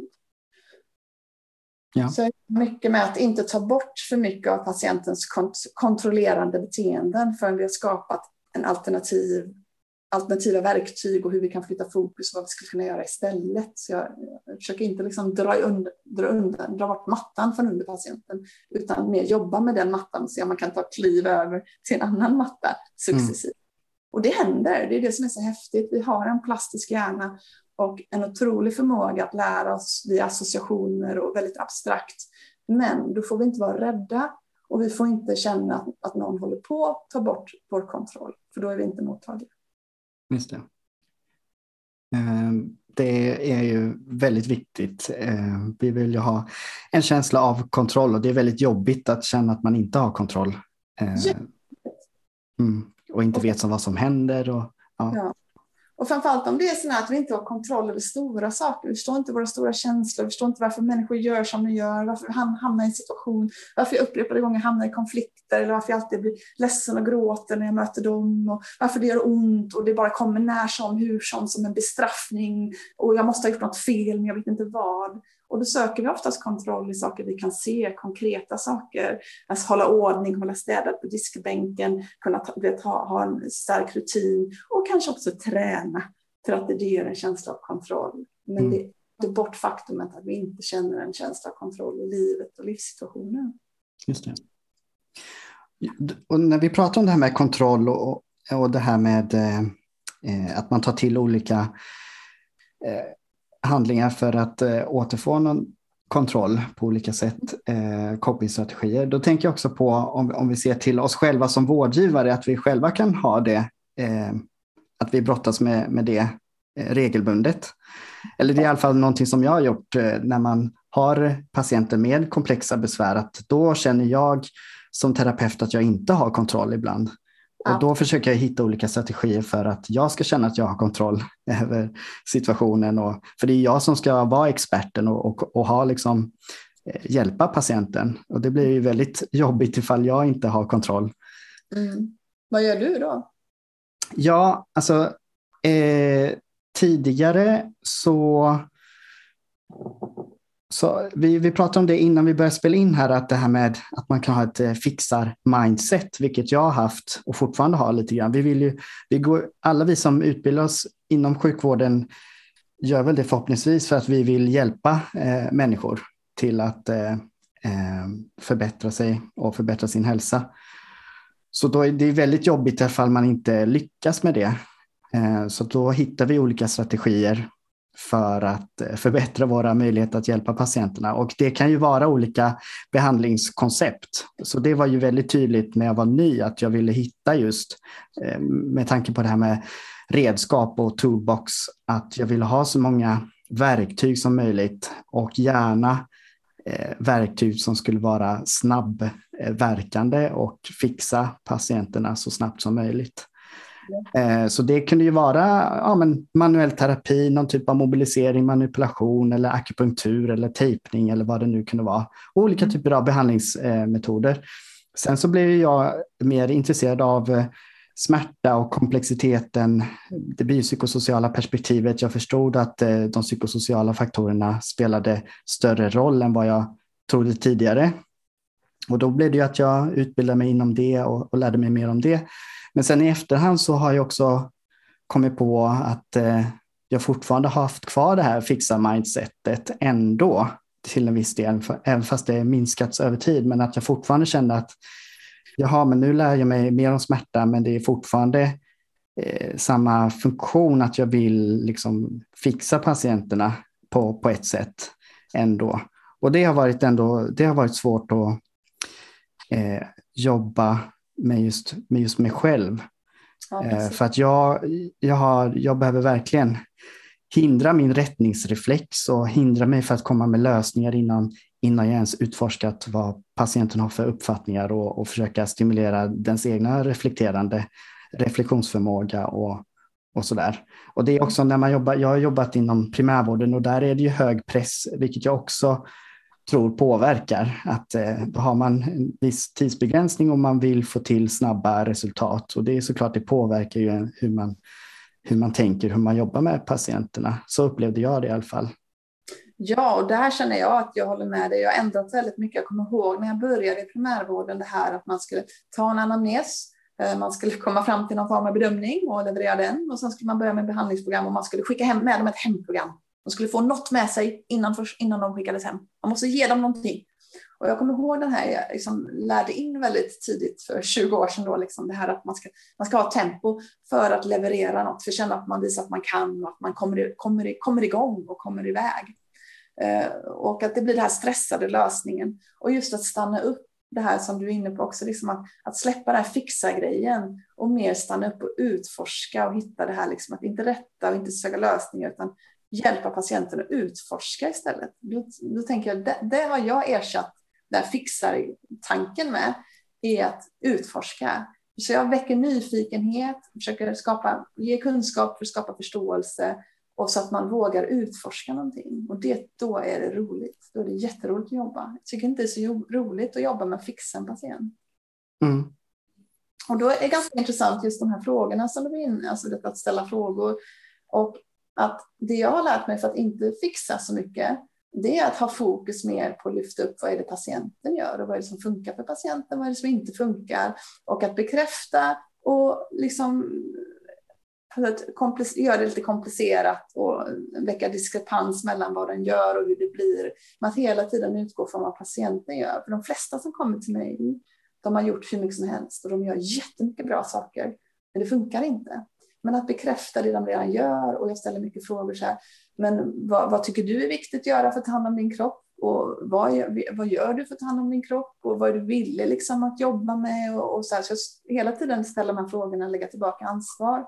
Speaker 1: Ja.
Speaker 2: Så mycket med att inte ta bort för mycket av patientens kontrollerande beteenden förrän vi har skapat en alternativa verktyg och hur vi kan flytta fokus och vad vi skulle kunna göra istället. Så jag försöker inte liksom dra bort mattan från under patienten, utan mer jobba med den mattan och se om man kan ta kliv över till en annan matta successivt. Och det händer, det är det som är så häftigt. Vi har en plastisk hjärna och en otrolig förmåga att lära oss via associationer och väldigt abstrakt. Men då får vi inte vara rädda och vi får inte känna att någon håller på att ta bort vår kontroll, för då är vi inte mottagliga.
Speaker 1: Just det. Det är ju väldigt viktigt. Vi vill ju ha en känsla av kontroll, och det är väldigt jobbigt att känna att man inte har kontroll. Och inte vet vad som händer. Ja.
Speaker 2: Och framförallt om det är så att vi inte har kontroll över stora saker. Vi förstår inte våra stora känslor. Vi förstår inte varför människor gör som de gör. Varför han hamnar i en situation. Varför jag upprepade gånger hamnar i konflikter. Eller varför jag alltid blir ledsen och gråter när jag möter dem. Och varför det gör ont. Och det bara kommer när som, hur som en bestraffning. Och jag måste ha gjort något fel, men jag vet inte vad. Och då söker vi oftast kontroll i saker vi kan se, konkreta saker. Alltså hålla ordning, hålla städat på diskbänken, kunna ha en stark rutin och kanske också träna för att det ger en känsla av kontroll. Men det är bort faktumet att vi inte känner en känsla av kontroll i livet och livssituationen.
Speaker 1: Just det. Och när vi pratar om det här med kontroll och det här med att man tar till olika handlingar för att återfå någon kontroll på olika sätt, copingstrategier. Då tänker jag också på, om vi ser till oss själva som vårdgivare, att vi själva kan ha det, att vi brottas med det regelbundet. Eller det är i alla fall någonting som jag har gjort när man har patienter med komplexa besvär, att då känner jag som terapeut att jag inte har kontroll ibland. Och då försöker jag hitta olika strategier för att jag ska känna att jag har kontroll över situationen. För det är jag som ska vara experten och ha liksom, hjälpa patienten. Och det blir ju väldigt jobbigt ifall jag inte har kontroll.
Speaker 2: Vad gör du då?
Speaker 1: Ja, alltså tidigare så vi pratade om det innan vi började spela in här, att det här med att man kan ha ett fixar-mindset, vilket jag har haft och fortfarande har lite grann. Alla vi som utbildar oss inom sjukvården gör väl det förhoppningsvis för att vi vill hjälpa människor till att förbättra sig och förbättra sin hälsa. Så då är det väldigt jobbigt ifall man inte lyckas med det. Så då hittar vi olika strategier för att förbättra våra möjligheter att hjälpa patienterna. Och det kan ju vara olika behandlingskoncept. Så det var ju väldigt tydligt när jag var ny att jag ville hitta just med tanke på det här med redskap och toolbox, att jag ville ha så många verktyg som möjligt och gärna verktyg som skulle vara snabbverkande och fixa patienterna så snabbt som möjligt. Så det kunde ju vara manuell terapi, någon typ av mobilisering, manipulation eller akupunktur eller tejpning eller vad det nu kunde vara. Olika typer av behandlingsmetoder. Sen så blev jag mer intresserad av smärta och komplexiteten, det biopsykosociala perspektivet. Jag förstod att de psykosociala faktorerna spelade större roll än vad jag trodde tidigare. Och då blev det ju att jag utbildade mig inom det och lärde mig mer om det. Men sen i efterhand så har jag också kommit på att jag fortfarande har haft kvar det här fixa mindsetet ändå till en viss del, även fast det minskats över tid, men att jag fortfarande kände att men nu lär jag mig mer om smärta, men det är fortfarande samma funktion, att jag vill liksom fixa patienterna på ett sätt ändå. Och det har varit svårt att jobba med just mig själv. Ja, för att jag behöver verkligen hindra min rättningsreflex och hindra mig för att komma med lösningar innan jag ens utforskat vad patienten har för uppfattningar och försöka stimulera dens egna reflektionsförmåga och sådär. Och det är också när jag har jobbat inom primärvården, och där är det ju hög press, vilket jag också tror påverkar. Att då har man en viss tidsbegränsning och man vill få till snabba resultat. Och det är såklart, det påverkar ju hur man tänker, hur man jobbar med patienterna. Så upplevde jag det i alla fall.
Speaker 2: Ja, och där känner jag att jag håller med dig. Jag har ändrat väldigt mycket. Jag kommer ihåg när jag började i primärvården, det här att man skulle ta en anamnes, man skulle komma fram till någon form av bedömning och leverera den. Och sen skulle man börja med behandlingsprogram och man skulle skicka med dem ett hemprogram. De skulle få något med sig innan de skickades hem. Man måste ge dem någonting. Och jag kommer ihåg den här, jag liksom lärde in väldigt tidigt för 20 år sedan då, liksom det här att man ska ha tempo för att leverera något, för att känna att man visar att man kan och att man kommer igång och kommer iväg. Och att det blir den här stressade lösningen. Och just att stanna upp, det här som du är inne på också, liksom att släppa den här fixa grejen och mer stanna upp och utforska och hitta det här, liksom att inte rätta och inte söka lösningar utan hjälpa patienten att utforska istället. Då tänker jag, det har jag ersatt där fixar tanken med, är att utforska. Så jag väcker nyfikenhet, försöker ge kunskap för att skapa förståelse, och så att man vågar utforska någonting. Och då är det roligt. Då är det jätteroligt att jobba. Jag tycker inte det är så roligt att jobba med att fixa en patient.
Speaker 1: Mm.
Speaker 2: Och då är det ganska intressant just de här frågorna som du är inne, alltså det att ställa frågor. Och att det jag har lärt mig för att inte fixa så mycket, det är att ha fokus mer på att lyfta upp vad är det patienten gör och vad är det som funkar för patienten, vad är det som inte funkar, och att bekräfta och liksom göra det lite komplicerat och väcka diskrepans mellan vad den gör och hur det blir, men att hela tiden utgå från vad patienten gör. För de flesta som kommer till mig, de har gjort hur mycket som helst och de gör jättemycket bra saker, men det funkar inte. Men att bekräfta det de redan gör, och jag ställer mycket frågor så här, men vad tycker du är viktigt att göra för att ta hand om din kropp? Och vad gör du för att ta hand om din kropp? Och vad är du villig liksom att jobba med? Och så här, så jag hela tiden ställer de här frågorna och lägga tillbaka ansvar.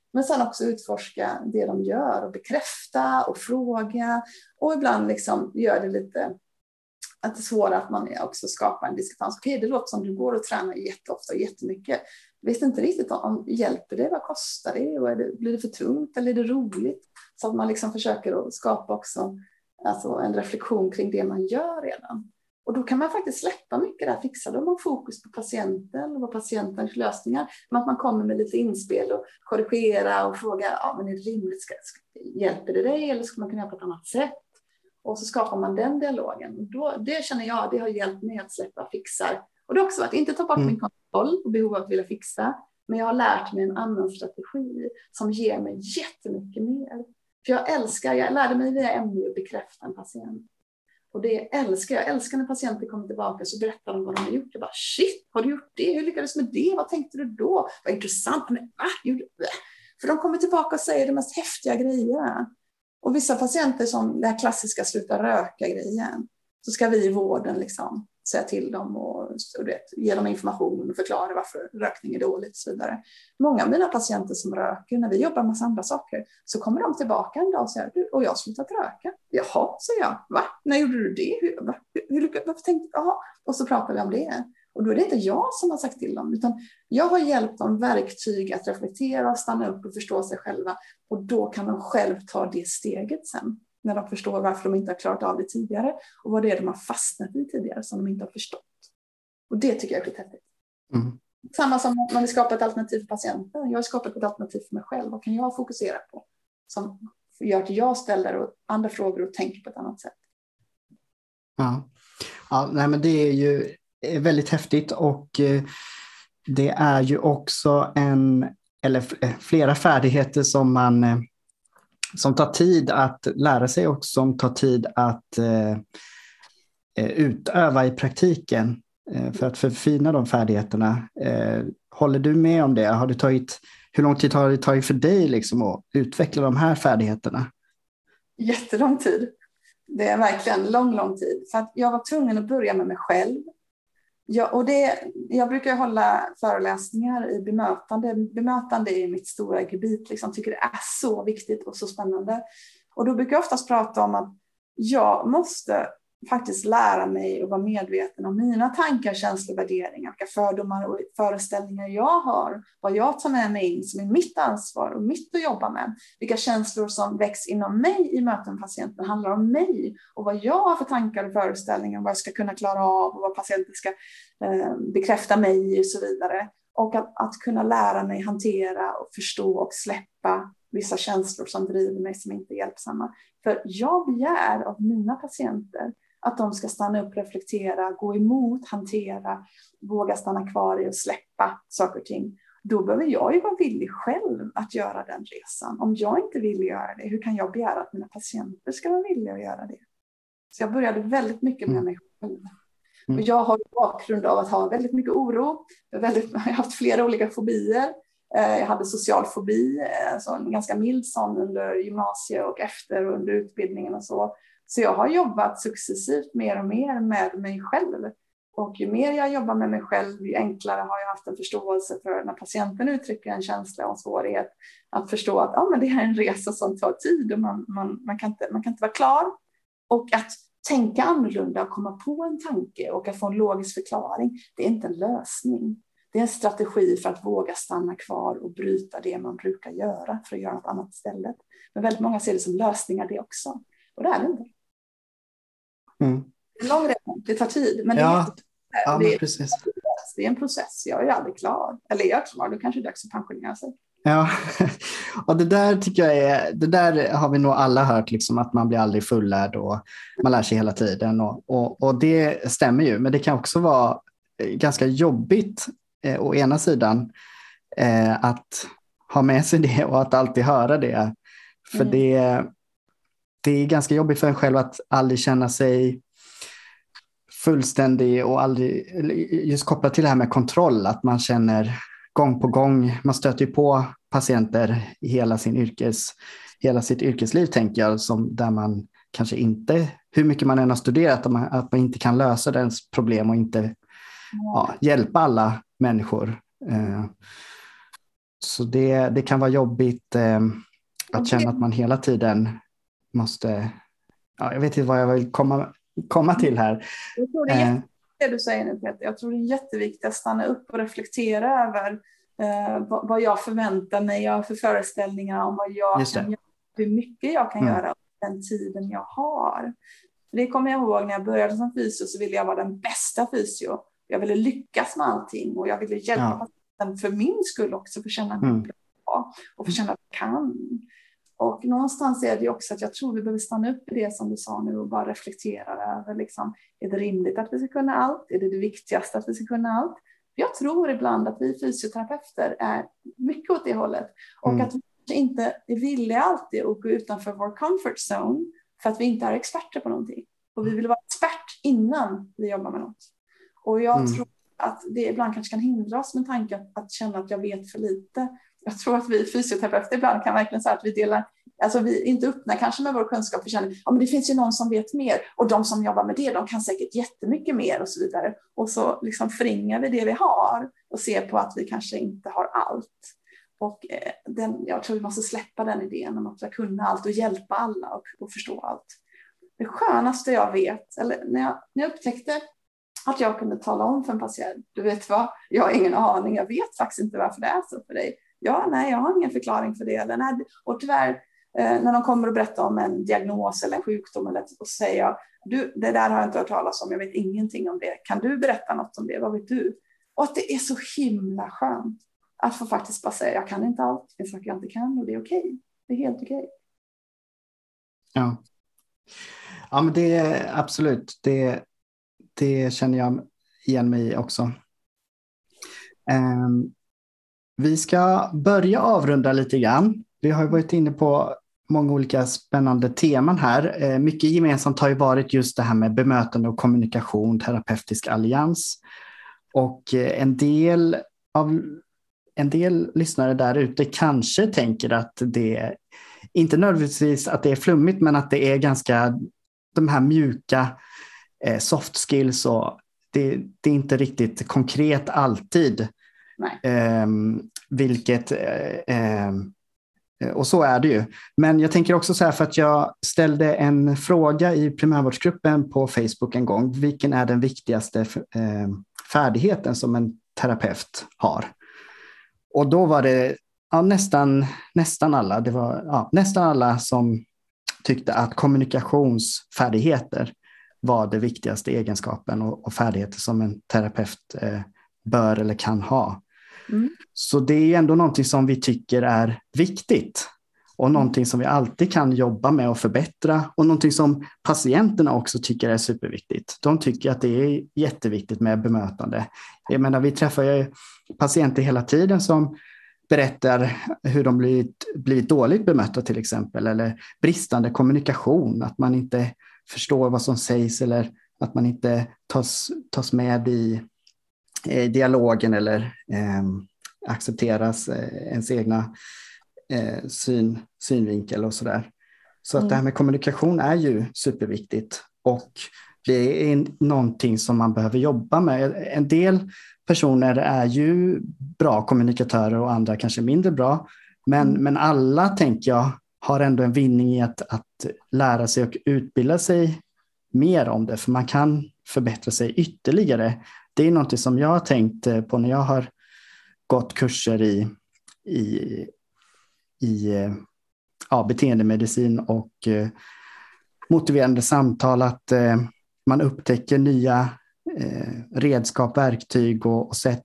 Speaker 2: Men sen också utforska det de gör och bekräfta och fråga. Och ibland liksom gör det lite att det är svårare att man också skapar en diskussion. Okej, det låter som du går och tränar jätteofta och jättemycket. Visst inte riktigt om hjälper det, vad kostar det och blir det för tungt eller är det roligt? Så att man liksom försöker att skapa också alltså en reflektion kring det man gör redan. Och då kan man faktiskt släppa mycket där, fixa. Då har man fokus på patienten och på patientens lösningar. Men att man kommer med lite inspel och korrigera och fråga, ja men är det rimligt, hjälper det dig eller ska man kunna göra på ett annat sätt? Och så skapar man den dialogen. Då, det känner jag, det har hjälpt mig att släppa fixar. Och det har också varit, inte ta bort min kontroll och behov av att vilja fixa. Men jag har lärt mig en annan strategi som ger mig jättemycket mer. För jag lärde mig via MI att bekräfta en patient. Och det älskar jag. Jag älskar när patienter kommer tillbaka så berättar de vad de har gjort. Jag bara, shit, har du gjort det? Hur lyckades du med det? Vad tänkte du då? Vad intressant. Men, för de kommer tillbaka och säger de mest häftiga grejer. Och vissa patienter som det här klassiska sluta röka-grejen. Så ska vi i vården liksom säga till dem och ge dem information och förklara varför rökning är dåligt och så vidare. Många av mina patienter som röker, när vi jobbar med massa andra saker, så kommer de tillbaka en dag och säger, och jag har slutat röka. Jaha, säger jag. Va? När gjorde du det? Varför tänkte jag? Jaha. Och så pratar vi om det. Och då är det inte jag som har sagt till dem, utan jag har hjälpt dem verktyg att reflektera, stanna upp och förstå sig själva. Och då kan de själv ta det steget sen. När de förstår varför de inte har klarat av det tidigare. Och vad det är de har fastnat i tidigare som de inte har förstått. Och det tycker jag är häftigt. Samma som man vill skapa ett alternativ för patienten. Jag har skapat ett alternativ för mig själv. Vad kan jag fokusera på? Som gör att jag ställer andra frågor och tänker på ett annat sätt.
Speaker 1: Nej, men det är ju väldigt häftigt. Och det är ju också flera färdigheter som tar tid att lära sig och som tar tid att utöva i praktiken för att förfina de färdigheterna. Håller du med om det? Hur lång tid har det tagit för dig liksom att utveckla de här färdigheterna?
Speaker 2: Jättelång tid. Det är verkligen lång tid. För att jag var tvungen att börja med mig själv. Jag brukar hålla föreläsningar i bemötande. Bemötande är mitt stora gebit. Liksom, tycker det är så viktigt och så spännande. Och då brukar jag oftast prata om att jag måste faktiskt lära mig att vara medveten om mina tankar, känslor, värderingar, vilka fördomar och föreställningar jag har, vad jag tar med mig in som är mitt ansvar och mitt att jobba med, vilka känslor som väcks inom mig i möten med patienten handlar om mig och vad jag har för tankar och föreställningar, vad jag ska kunna klara av och vad patienten ska bekräfta mig och så vidare. Och att kunna lära mig hantera och förstå och släppa vissa känslor som driver mig som inte är hjälpsamma. För jag begär av mina patienter att de ska stanna upp, reflektera, gå emot, hantera, våga stanna kvar i och släppa saker och ting. Då behöver jag ju vara villig själv att göra den resan. Om jag inte vill göra det, hur kan jag begära att mina patienter ska vara villiga att göra det? Så jag började väldigt mycket med mig själv. Och jag har bakgrund av att ha väldigt mycket oro. Jag har haft flera olika fobier. Jag hade social fobi, så en ganska mild sån under gymnasiet och efter och under utbildningen och så. Så jag har jobbat successivt mer och mer med mig själv. Och ju mer jag jobbar med mig själv, ju enklare har jag haft en förståelse för när patienten uttrycker en känsla och en svårighet. Att förstå att men det här är en resa som tar tid och man kan inte vara klar. Och att tänka annorlunda och komma på en tanke och att få en logisk förklaring, det är inte en lösning. Det är en strategi för att våga stanna kvar och bryta det man brukar göra för att göra något annat istället. Men väldigt många ser det som lösningar det också. Och det är det inte. Det är lång resa, det tar tid. Men det är en process. Jag är aldrig klar. Eller är jag klar, då kanske det är dags att pensionera sig.
Speaker 1: Ja, och det där tycker jag det där har vi nog alla hört, liksom, att man blir aldrig fullärd och man lär sig hela tiden. Och det stämmer ju, men det kan också vara ganska jobbigt å ena sidan att ha med sig det och att alltid höra det. För det är ganska jobbigt för en själv att aldrig känna sig fullständig och aldrig just kopplat till det här med kontroll, att man känner gång på gång, man stöter ju på patienter i hela sitt yrkesliv, tänker jag, där man kanske inte, hur mycket man än har studerat, att man inte kan lösa dens problem och inte hjälpa alla människor. Så det kan vara jobbigt att känna att man hela tiden måste... Ja, jag vet inte vad jag vill komma till här.
Speaker 2: Jag tror det är det du säger nu, Peter. Jag tror det är jätteviktigt att stanna upp och reflektera över vad jag förväntar mig. Jag har för föreställningar om vad jag kan göra, hur mycket jag kan göra den tiden jag har. Det kommer jag ihåg när jag började som fysio, så ville jag vara den bästa fysio. Jag ville lyckas med allting och jag ville hjälpa patienten för min skull också, för att känna mig bra och för att känna att jag kan. Och någonstans är det också att jag tror vi behöver stanna upp i det som du sa nu och bara reflektera över, liksom, är det rimligt att vi ska kunna allt? Är det viktigaste att vi ska kunna allt? Jag tror ibland att vi fysioterapeuter är mycket åt det hållet och att vi inte är villiga alltid att gå utanför vår comfort zone för att vi inte är experter på någonting. Och vi vill vara expert innan vi jobbar med något. Och jag tror att det ibland kanske kan hindra oss med tanken att känna att jag vet för lite. Jag tror att vi fysioterapeuter ibland kan verkligen säga att vi delar, alltså vi inte öppnar kanske med vår kunskap, vi känner men det finns ju någon som vet mer och de som jobbar med det, de kan säkert jättemycket mer och så vidare. Och så liksom förringar vi det vi har och ser på att vi kanske inte har allt. Och jag tror vi måste släppa den idén om att kunna allt och hjälpa alla och förstå allt. Det skönaste jag vet, eller när jag upptäckte att jag kunde tala om för en patient, du vet vad, jag har ingen aning, jag vet faktiskt inte varför det är så för dig. Ja, nej, jag har ingen förklaring för det. Eller, nej. Och tyvärr, när de kommer och berättar om en diagnos eller en sjukdom, och så säger jag, det där har jag inte hört talas om, jag vet ingenting om det. Kan du berätta något om det? Vad vet du? Och att det är så himla skönt att få faktiskt bara säga, jag kan inte allt, det är saker jag inte kan och det är okej. Det är helt okej.
Speaker 1: Ja, men det är absolut, det känner jag igen mig också. Vi ska börja avrunda lite grann. Vi har ju varit inne på många olika spännande teman här. Mycket gemensamt har ju varit just det här med bemötande och kommunikation, terapeutisk allians. Och en del lyssnare där ute kanske tänker att det inte nödvändigtvis att det är flummigt, men att det är ganska de här mjuka soft skills, och det är inte riktigt konkret alltid. Och så är det ju. Men jag tänker också så här, för att jag ställde en fråga i primärvårdsgruppen på Facebook en gång. Vilken är den viktigaste färdigheten som en terapeut har? Och då var det nästan alla. Det var nästan alla som tyckte att kommunikationsfärdigheter var det viktigaste egenskapen och färdigheter som en terapeut bör eller kan ha. Så det är ändå någonting som vi tycker är viktigt och någonting som vi alltid kan jobba med och förbättra, och någonting som patienterna också tycker är superviktigt. De tycker att det är jätteviktigt med bemötande. Jag menar, vi träffar ju patienter hela tiden som berättar hur de blivit dåligt bemötta till exempel, eller bristande kommunikation, att man inte förstår vad som sägs eller att man inte tas med i dialogen eller accepteras ens egna synvinkel och sådär. Så att det här med kommunikation är ju superviktigt, och det är någonting som man behöver jobba med. En del personer är ju bra kommunikatörer och andra kanske mindre bra, men alla, tänker jag, har ändå en vinning i att lära sig och utbilda sig mer om det, för man kan förbättra sig ytterligare. Det är något som jag har tänkt på när jag har gått kurser i beteendemedicin och motiverande samtal, att man upptäcker nya redskap, verktyg och sätt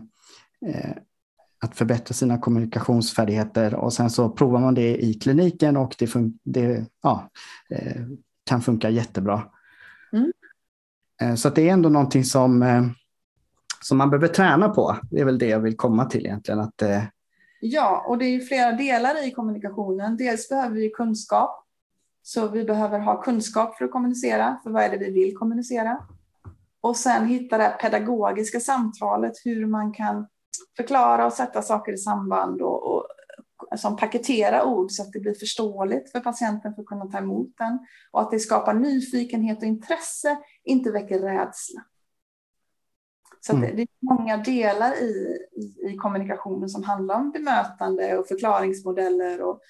Speaker 1: att förbättra sina kommunikationsfärdigheter, och sen så provar man det i kliniken och det kan funka jättebra. Så att det är ändå någonting som man behöver träna på. Det är väl det jag vill komma till egentligen.
Speaker 2: Ja, och det är ju flera delar i kommunikationen. Dels behöver vi kunskap. Så vi behöver ha kunskap för att kommunicera. För vad är det vi vill kommunicera? Och sen hitta det pedagogiska samtalet. Hur man kan förklara och sätta saker i samband. Och som paketera ord så att det blir förståeligt för patienten för att kunna ta emot den. Och att det skapar nyfikenhet och intresse. Inte väcker rädsla. Så att det är många delar i kommunikationen som handlar om bemötande och förklaringsmodeller och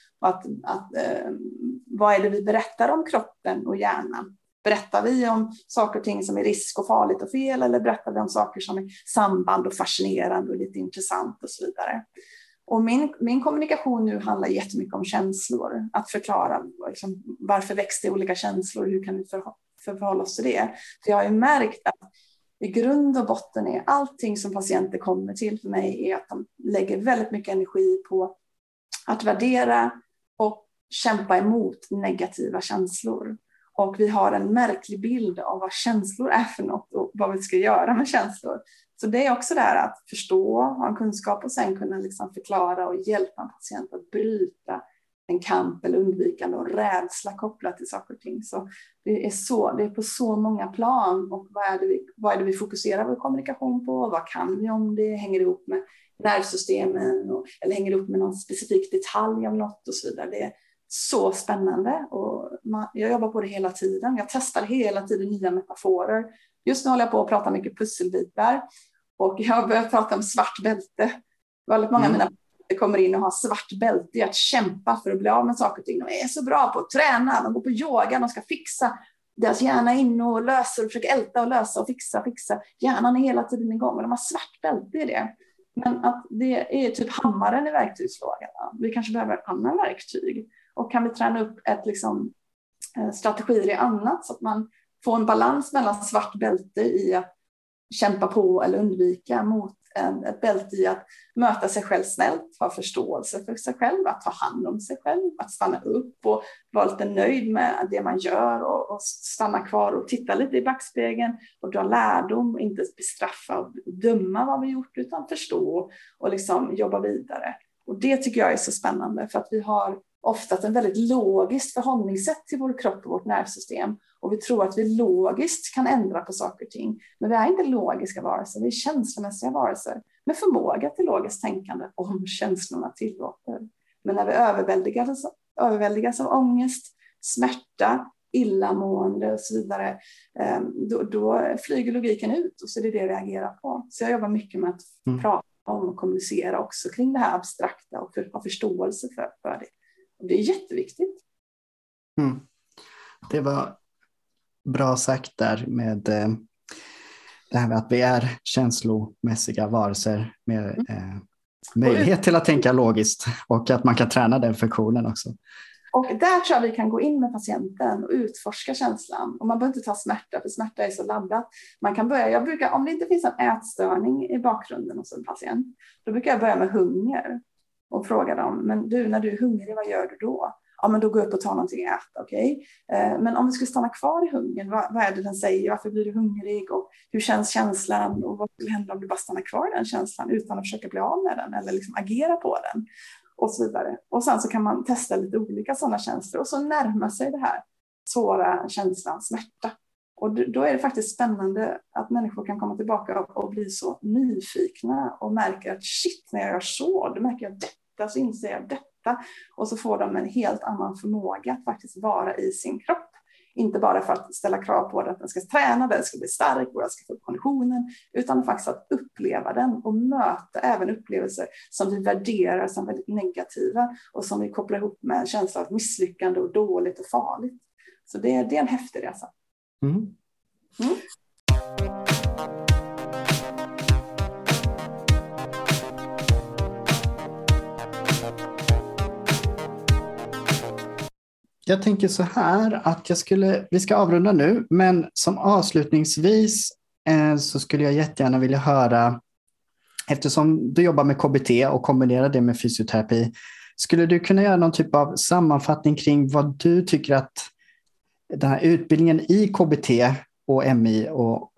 Speaker 2: vad är det vi berättar om kroppen och hjärnan. Berättar vi om saker och ting som är risk och farligt och fel, eller berättar vi om saker som är samband och fascinerande och lite intressant och så vidare. Och min kommunikation nu handlar jättemycket om känslor. Att förklara liksom, varför växer olika känslor och hur kan vi förhålla oss till det. För jag har ju märkt att i grund och botten är allting som patienter kommer till för mig är att de lägger väldigt mycket energi på att värdera och kämpa emot negativa känslor. Och vi har en märklig bild av vad känslor är för något och vad vi ska göra med känslor. Så det är också det här att förstå, ha en kunskap och sen kunna liksom förklara och hjälpa en patient att bryta en kamp eller undvikande och rädsla kopplat till saker och ting. Så det är på så många plan. Och vad är det vi fokuserar vår kommunikation på? Vad kan vi om det? Hänger det ihop med nervsystemen? Eller hänger det ihop med någon specifik detalj om något och så vidare? Det är så spännande. Och jag jobbar på det hela tiden. Jag testar hela tiden nya metaforer. Just nu håller jag på att prata mycket pusselbitar. Och jag har börjat prata om svart bälte. Väldigt många av mina kommer in och har svart bälte i att kämpa för att bli av med saker och ting. De är så bra på att träna, de går på yoga, de ska fixa deras hjärna in och löser och försöker älta och lösa och fixa. Hjärnan är hela tiden igång och de har svart bälte i det. Men att det är typ hammaren i verktygslådan. Vi kanske behöver annan verktyg. Och kan vi träna upp strategier i annat så att man får en balans mellan svart bälte i att kämpa på eller undvika mot ett bälte i att möta sig själv snällt, ha förståelse för sig själv, att ta hand om sig själv, att stanna upp och vara lite nöjd med det man gör och stanna kvar och titta lite i backspegeln och dra lärdom, inte bestraffa och döma vad vi gjort utan förstå och liksom jobba vidare. Och det tycker jag är så spännande för att vi har ofta ett väldigt logiskt förhållningssätt till vår kropp och vårt nervsystem. Och vi tror att vi logiskt kan ändra på saker och ting. Men vi är inte logiska varelser, vi är känslomässiga varelser. Med förmåga till logiskt tänkande om känslorna tillåter. Men när vi överväldigas av ångest, smärta, illamående och så vidare. Då flyger logiken ut och så är det vi agerar på. Så jag jobbar mycket med att prata om och kommunicera också kring det här abstrakta och ha förståelse för det. Det är jätteviktigt.
Speaker 1: Det var bra sagt där med det här med att vi är känslomässiga varelser med möjlighet till att tänka logiskt och att man kan träna den funktionen också.
Speaker 2: Och där tror jag vi kan gå in med patienten och utforska känslan. Och man behöver inte ta smärta, för smärta är så laddat. Man kan börja, om det inte finns en ätstörning i bakgrunden hos en patient, då brukar jag börja med hunger. Och fråga dem, men du, när du är hungrig, vad gör du då? Ja, men då går jag upp och tar någonting att äta, okej? Men om vi skulle stanna kvar i hungern, vad är det den säger? Varför blir du hungrig? Och hur känns känslan? Och vad skulle hända om du bara stannar kvar i den känslan utan att försöka bli av med den eller liksom agera på den? Och så vidare. Och sen så kan man testa lite olika sådana känslor och så närma sig det här svåra känslan, smärta. Och då är det faktiskt spännande att människor kan komma tillbaka och bli så nyfikna och märker att shit, när jag gör så, då märker jag detta, så inser jag detta. Och så får de en helt annan förmåga att faktiskt vara i sin kropp. Inte bara för att ställa krav på att den ska träna, den ska bli stark och den ska få upp konditionen, utan faktiskt att uppleva den och möta även upplevelser som vi värderar som väldigt negativa och som vi kopplar ihop med en känsla av misslyckande och dåligt och farligt. Så det är en häftig resa.
Speaker 1: Jag tänker så här att vi ska avrunda nu, men som avslutningsvis så skulle jag jättegärna vilja höra, eftersom du jobbar med KBT och kombinerar det med fysioterapi, skulle du kunna göra någon typ av sammanfattning kring vad du tycker att den här utbildningen i KBT och MI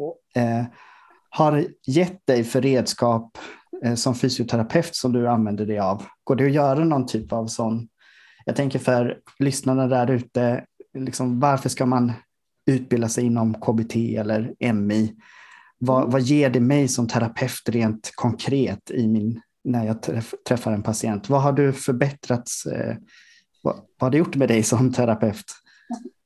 Speaker 1: har gett dig för redskap som fysioterapeut som du använder dig av? Går det att göra någon typ av sån? Jag tänker för lyssnarna där ute, liksom, varför ska man utbilda sig inom KBT eller MI? Vad ger det mig som terapeut rent konkret när jag träffar en patient? Vad har du förbättrats? Vad har det gjort med dig som terapeut?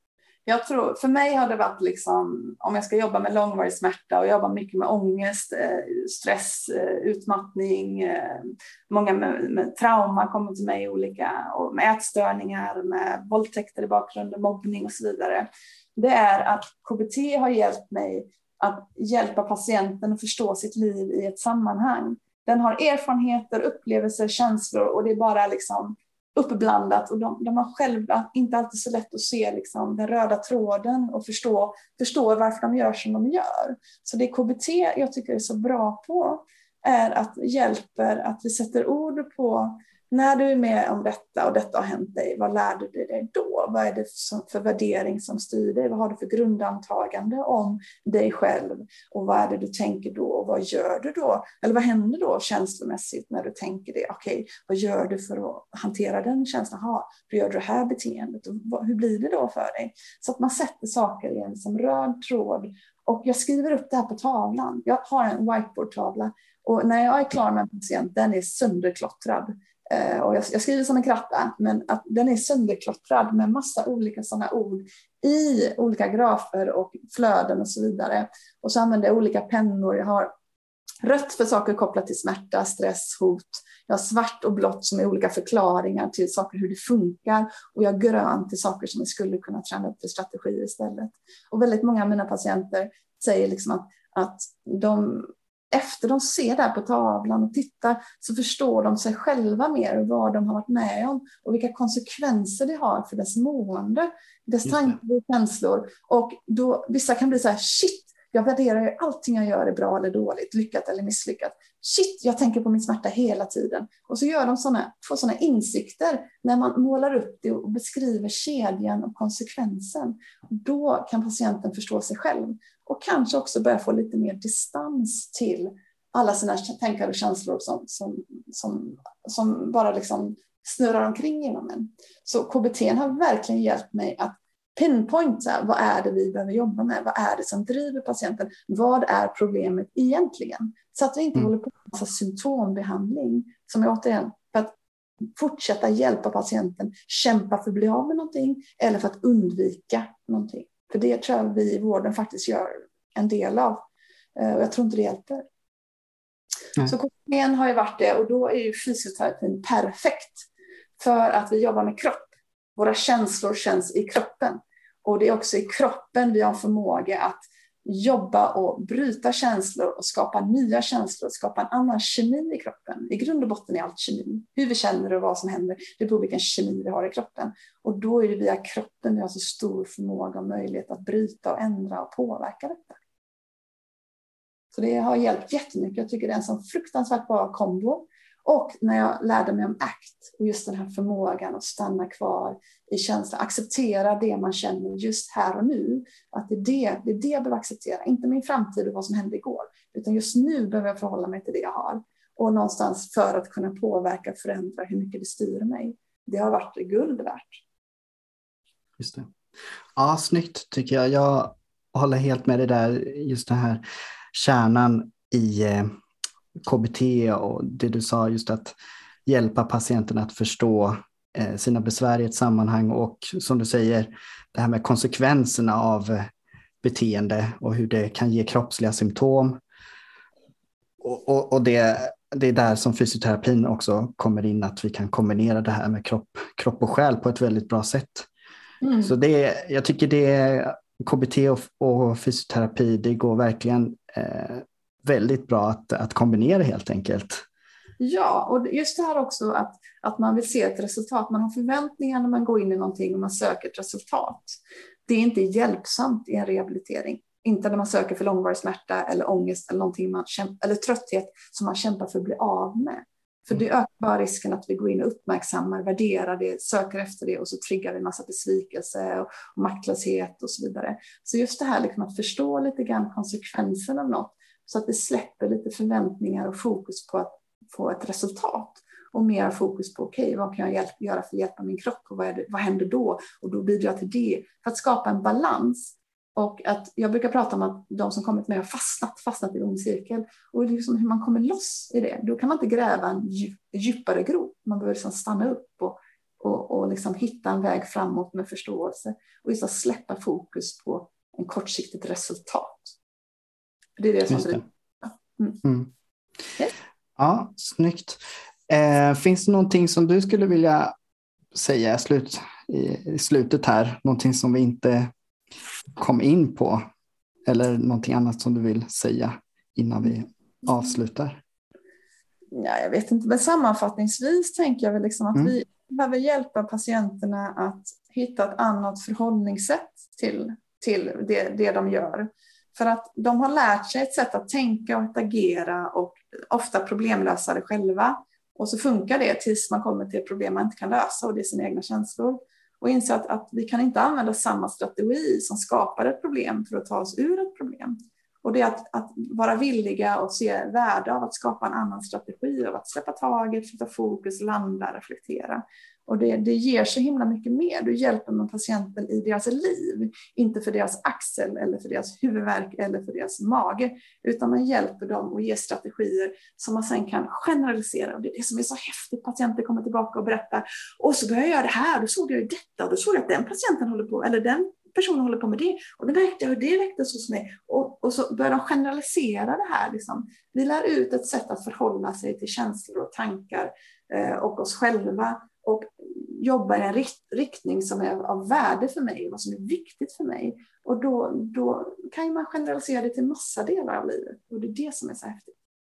Speaker 2: Jag tror, för mig har det varit liksom, om jag ska jobba med långvarig smärta och jobba mycket med ångest, stress, utmattning, många med trauma kommer till mig olika, och med ätstörningar, med våldtäkter i bakgrunden, mobbning och så vidare. Det är att KBT har hjälpt mig att hjälpa patienten att förstå sitt liv i ett sammanhang. Den har erfarenheter, upplevelser, känslor, och det är bara liksom uppblandat, och de har själva inte alltid så lätt att se liksom den röda tråden och förstå varför de gör som de gör. Så det KBT jag tycker är så bra på är att hjälper att vi sätter ord på när du är med om detta och detta har hänt dig, vad lär du dig då? Vad är det för värdering som styr dig? Vad har du för grundantagande om dig själv? Och vad är det du tänker då? Och vad gör du då? Eller vad händer då känslomässigt när du tänker det? Okej, vad gör du för att hantera den känslan? Hur gör du det här beteendet? Och hur blir det då för dig? Så att man sätter saker i en som röd tråd. Och jag skriver upp det här på tavlan. Jag har en whiteboard-tavla. Och när jag är klar med en patient, den är sönderklottrad. Och jag skriver som en kratta, men att den är sönderklottrad med massa olika sådana ord i olika grafer och flöden och så vidare. Och så använder jag olika pennor. Jag har rött för saker kopplat till smärta, stress, hot. Jag har svart och blått som är olika förklaringar till saker, hur det funkar. Och jag har grönt till saker som vi skulle kunna träna upp för strategier istället. Och väldigt många av mina patienter säger liksom att efter de ser där på tavlan och tittar, så förstår de sig själva mer, vad de har varit med om och vilka konsekvenser det har för dess mående, dess tankar och känslor. Och då vissa kan bli så här: shit, jag värderar ju allting jag gör är bra eller dåligt, lyckat eller misslyckat. Shit, jag tänker på min smärta hela tiden. Och så gör de får såna insikter när man målar upp det och beskriver kedjan och konsekvensen. Och då kan patienten förstå sig själv. Och kanske också börja få lite mer distans till alla sina tankar och känslor som bara liksom snurrar omkring inom en. Så KBT har verkligen hjälpt mig att pinpointa, vad är det vi behöver jobba med? Vad är det som driver patienten? Vad är problemet egentligen? Så att vi inte håller på med en symptombehandling som är återigen för att fortsätta hjälpa patienten kämpa för att bli av med någonting eller för att undvika någonting. För det tror jag vi i vården faktiskt gör en del av. Och jag tror inte det hjälper. Så KBT har ju varit det, och då är ju fysioterapin perfekt för att vi jobbar med kropp. Våra känslor känns i kroppen. Och det är också i kroppen vi har förmåga att jobba och bryta känslor och skapa nya känslor, skapa en annan kemi i kroppen. I grund och botten är allt kemi. Hur vi känner och vad som händer, det beror på vilken kemi vi har i kroppen. Och då är det via kroppen vi har så stor förmåga och möjlighet att bryta och ändra och påverka detta. Så det har hjälpt jättemycket. Jag tycker det är en sån fruktansvärt bra kombo. Och när jag lärde mig om ACT och just den här förmågan att stanna kvar i känslan, acceptera det man känner just här och nu, att det är det jag behöver acceptera, inte min framtid och vad som hände igår, utan just nu behöver jag förhålla mig till det jag har och någonstans för att kunna påverka och förändra hur mycket det styr mig. Det har varit guld värt.
Speaker 1: Just det. Ja, snyggt tycker jag. Jag håller helt med dig där, just den här kärnan i KBT och det du sa, just att hjälpa patienten att förstå sina besvär i ett sammanhang och som du säger, det här med konsekvenserna av beteende och hur det kan ge kroppsliga symptom. Och det är där som fysioterapin också kommer in, att vi kan kombinera det här med kropp och själ på ett väldigt bra sätt. Så jag tycker KBT och fysioterapi, det går verkligen väldigt bra att kombinera helt enkelt.
Speaker 2: Ja, och just det här också att man vill se ett resultat. Man har förväntningar när man går in i någonting och man söker ett resultat. Det är inte hjälpsamt i en rehabilitering. Inte när man söker för långvarig smärta eller ångest eller någonting eller trötthet som man kämpar för att bli av med. För det ökar bara risken att vi går in och uppmärksammar, värderar det, söker efter det och så triggar vi en massa besvikelse och maktlöshet och så vidare. Så just det här liksom att förstå lite grann konsekvenserna av något så att vi släpper lite förväntningar och fokus på att få ett resultat och mer fokus på vad kan jag göra för att hjälpa min kropp och vad händer då? Och då bidrar jag till det för att skapa en balans. Och att jag brukar prata om att de som kommit med har fastnat i ond cirkel. Och liksom hur man kommer loss i det. Då kan man inte gräva en djupare grop. Man behöver liksom stanna upp och liksom hitta en väg framåt med förståelse. Och just att släppa fokus på en kortsiktigt resultat. Det är det som driver. Yes.
Speaker 1: Ja, snyggt. Finns det någonting som du skulle vilja säga i slutet här? Någonting som vi inte kom in på? Eller någonting annat som du vill säga innan vi avslutar?
Speaker 2: Ja, jag vet inte, men sammanfattningsvis tänker jag väl liksom att vi behöver hjälpa patienterna att hitta ett annat förhållningssätt till det de gör. För att de har lärt sig ett sätt att tänka och att agera och ofta problemlösa det själva. Och så funkar det tills man kommer till ett problem man inte kan lösa, och det är sina egna känslor. Och inse att vi kan inte använda samma strategi som skapar ett problem för att ta oss ur ett problem. Och det är att vara villiga och se värde av att skapa en annan strategi, av att släppa taget, flytta fokus, landa, reflektera. Och det ger så himla mycket mer. Du hjälper med patienten i deras liv, inte för deras axel eller för deras huvudvärk eller för deras mage, utan man hjälper dem att ge strategier som man sen kan generalisera. Och det är det som är så häftigt. Patienter kommer tillbaka och berättar, och så började jag göra det här, då såg jag ju detta, och då såg jag att den patienten håller på, eller den personen håller på med det, och det väckte så hos mig, och så börjar de generalisera det här liksom. Vi lär ut ett sätt att förhålla sig till känslor och tankar och oss själva, och jobba i en riktning som är av värde för mig, vad som är viktigt för mig, och då kan man generalisera det till massa delar av livet, och det är det som är så häftigt.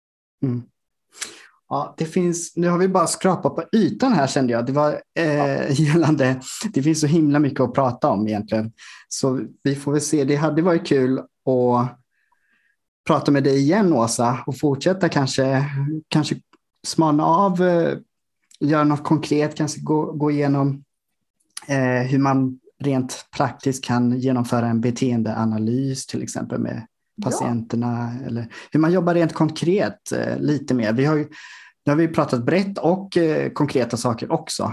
Speaker 1: Ja, nu har vi bara skrapat på ytan här, kände jag. Det var gällande, det finns så himla mycket att prata om egentligen. Så vi får väl se, det hade varit kul att prata med dig igen, Åsa, och fortsätta kanske smana av, göra något konkret, kanske gå igenom hur man rent praktiskt kan genomföra en beteendeanalys till exempel med patienterna, eller hur man jobbar rent konkret lite mer. Nu har vi pratat brett och konkreta saker också.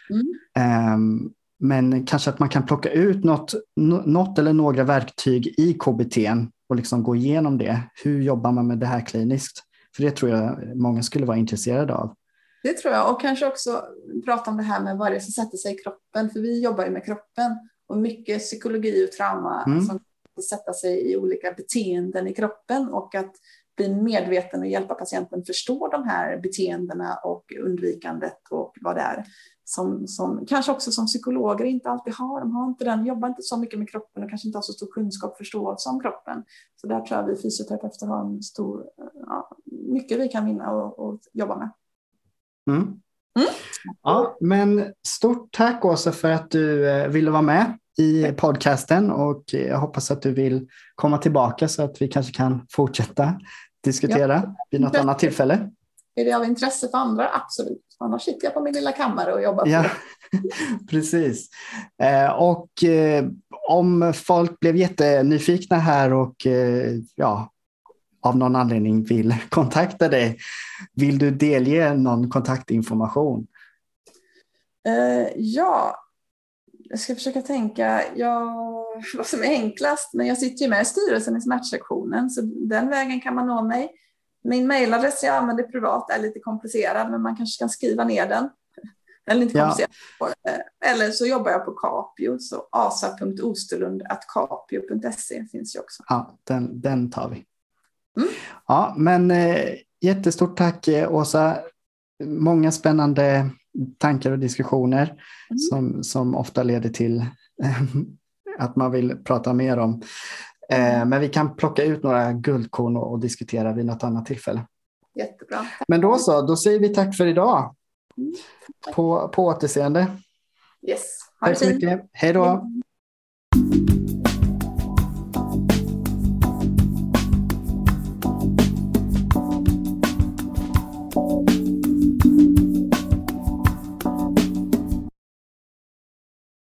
Speaker 1: Men kanske att man kan plocka ut något eller några verktyg i KBT och liksom gå igenom det. Hur jobbar man med det här kliniskt? För det tror jag många skulle vara intresserade av. Det
Speaker 2: tror jag, och kanske också prata om det här med vad det är som sätter sig i kroppen. För vi jobbar ju med kroppen, och mycket psykologi och trauma som sätter sig i olika beteenden i kroppen, och att bli medveten och hjälpa patienten förstå de här beteendena och undvikandet och vad det är som kanske också som psykologer inte alltid har. De jobbar inte så mycket med kroppen och kanske inte har så stor kunskap och förståelse om kroppen. Så där tror jag vi fysioterapeuter har mycket vi kan vinna och jobba med.
Speaker 1: Ja, men stort tack, Åsa, för att du ville vara med i podcasten, och jag hoppas att du vill komma tillbaka så att vi kanske kan fortsätta diskutera vid något annat tillfälle.
Speaker 2: Är det av intresse för andra? Absolut. Annars sitter jag på min lilla kammare och jobbar på det.
Speaker 1: Precis. Och om folk blev jättenyfikna här och av någon anledning vill kontakta dig, vill du delge någon kontaktinformation?
Speaker 2: Jag ska försöka tänka vad som är enklast, men jag sitter ju med i styrelsen i smärtsektionen, så den vägen kan man nå mig. Min mejladress jag använder privat är lite komplicerad, men man kanske kan skriva ner den. Den är inte komplicerad. Eller så jobbar jag på Capio, så asa.osterlund@capio.se finns ju också.
Speaker 1: Ja, den tar vi. Ja, men jättestort tack, Åsa. Många spännande tankar och diskussioner som ofta leder till att man vill prata mer om. Men vi kan plocka ut några guldkorn och diskutera vid något annat tillfälle.
Speaker 2: Jättebra.
Speaker 1: Men då säger vi tack för idag. På återseende.
Speaker 2: Yes.
Speaker 1: Tack så mycket. Hej då.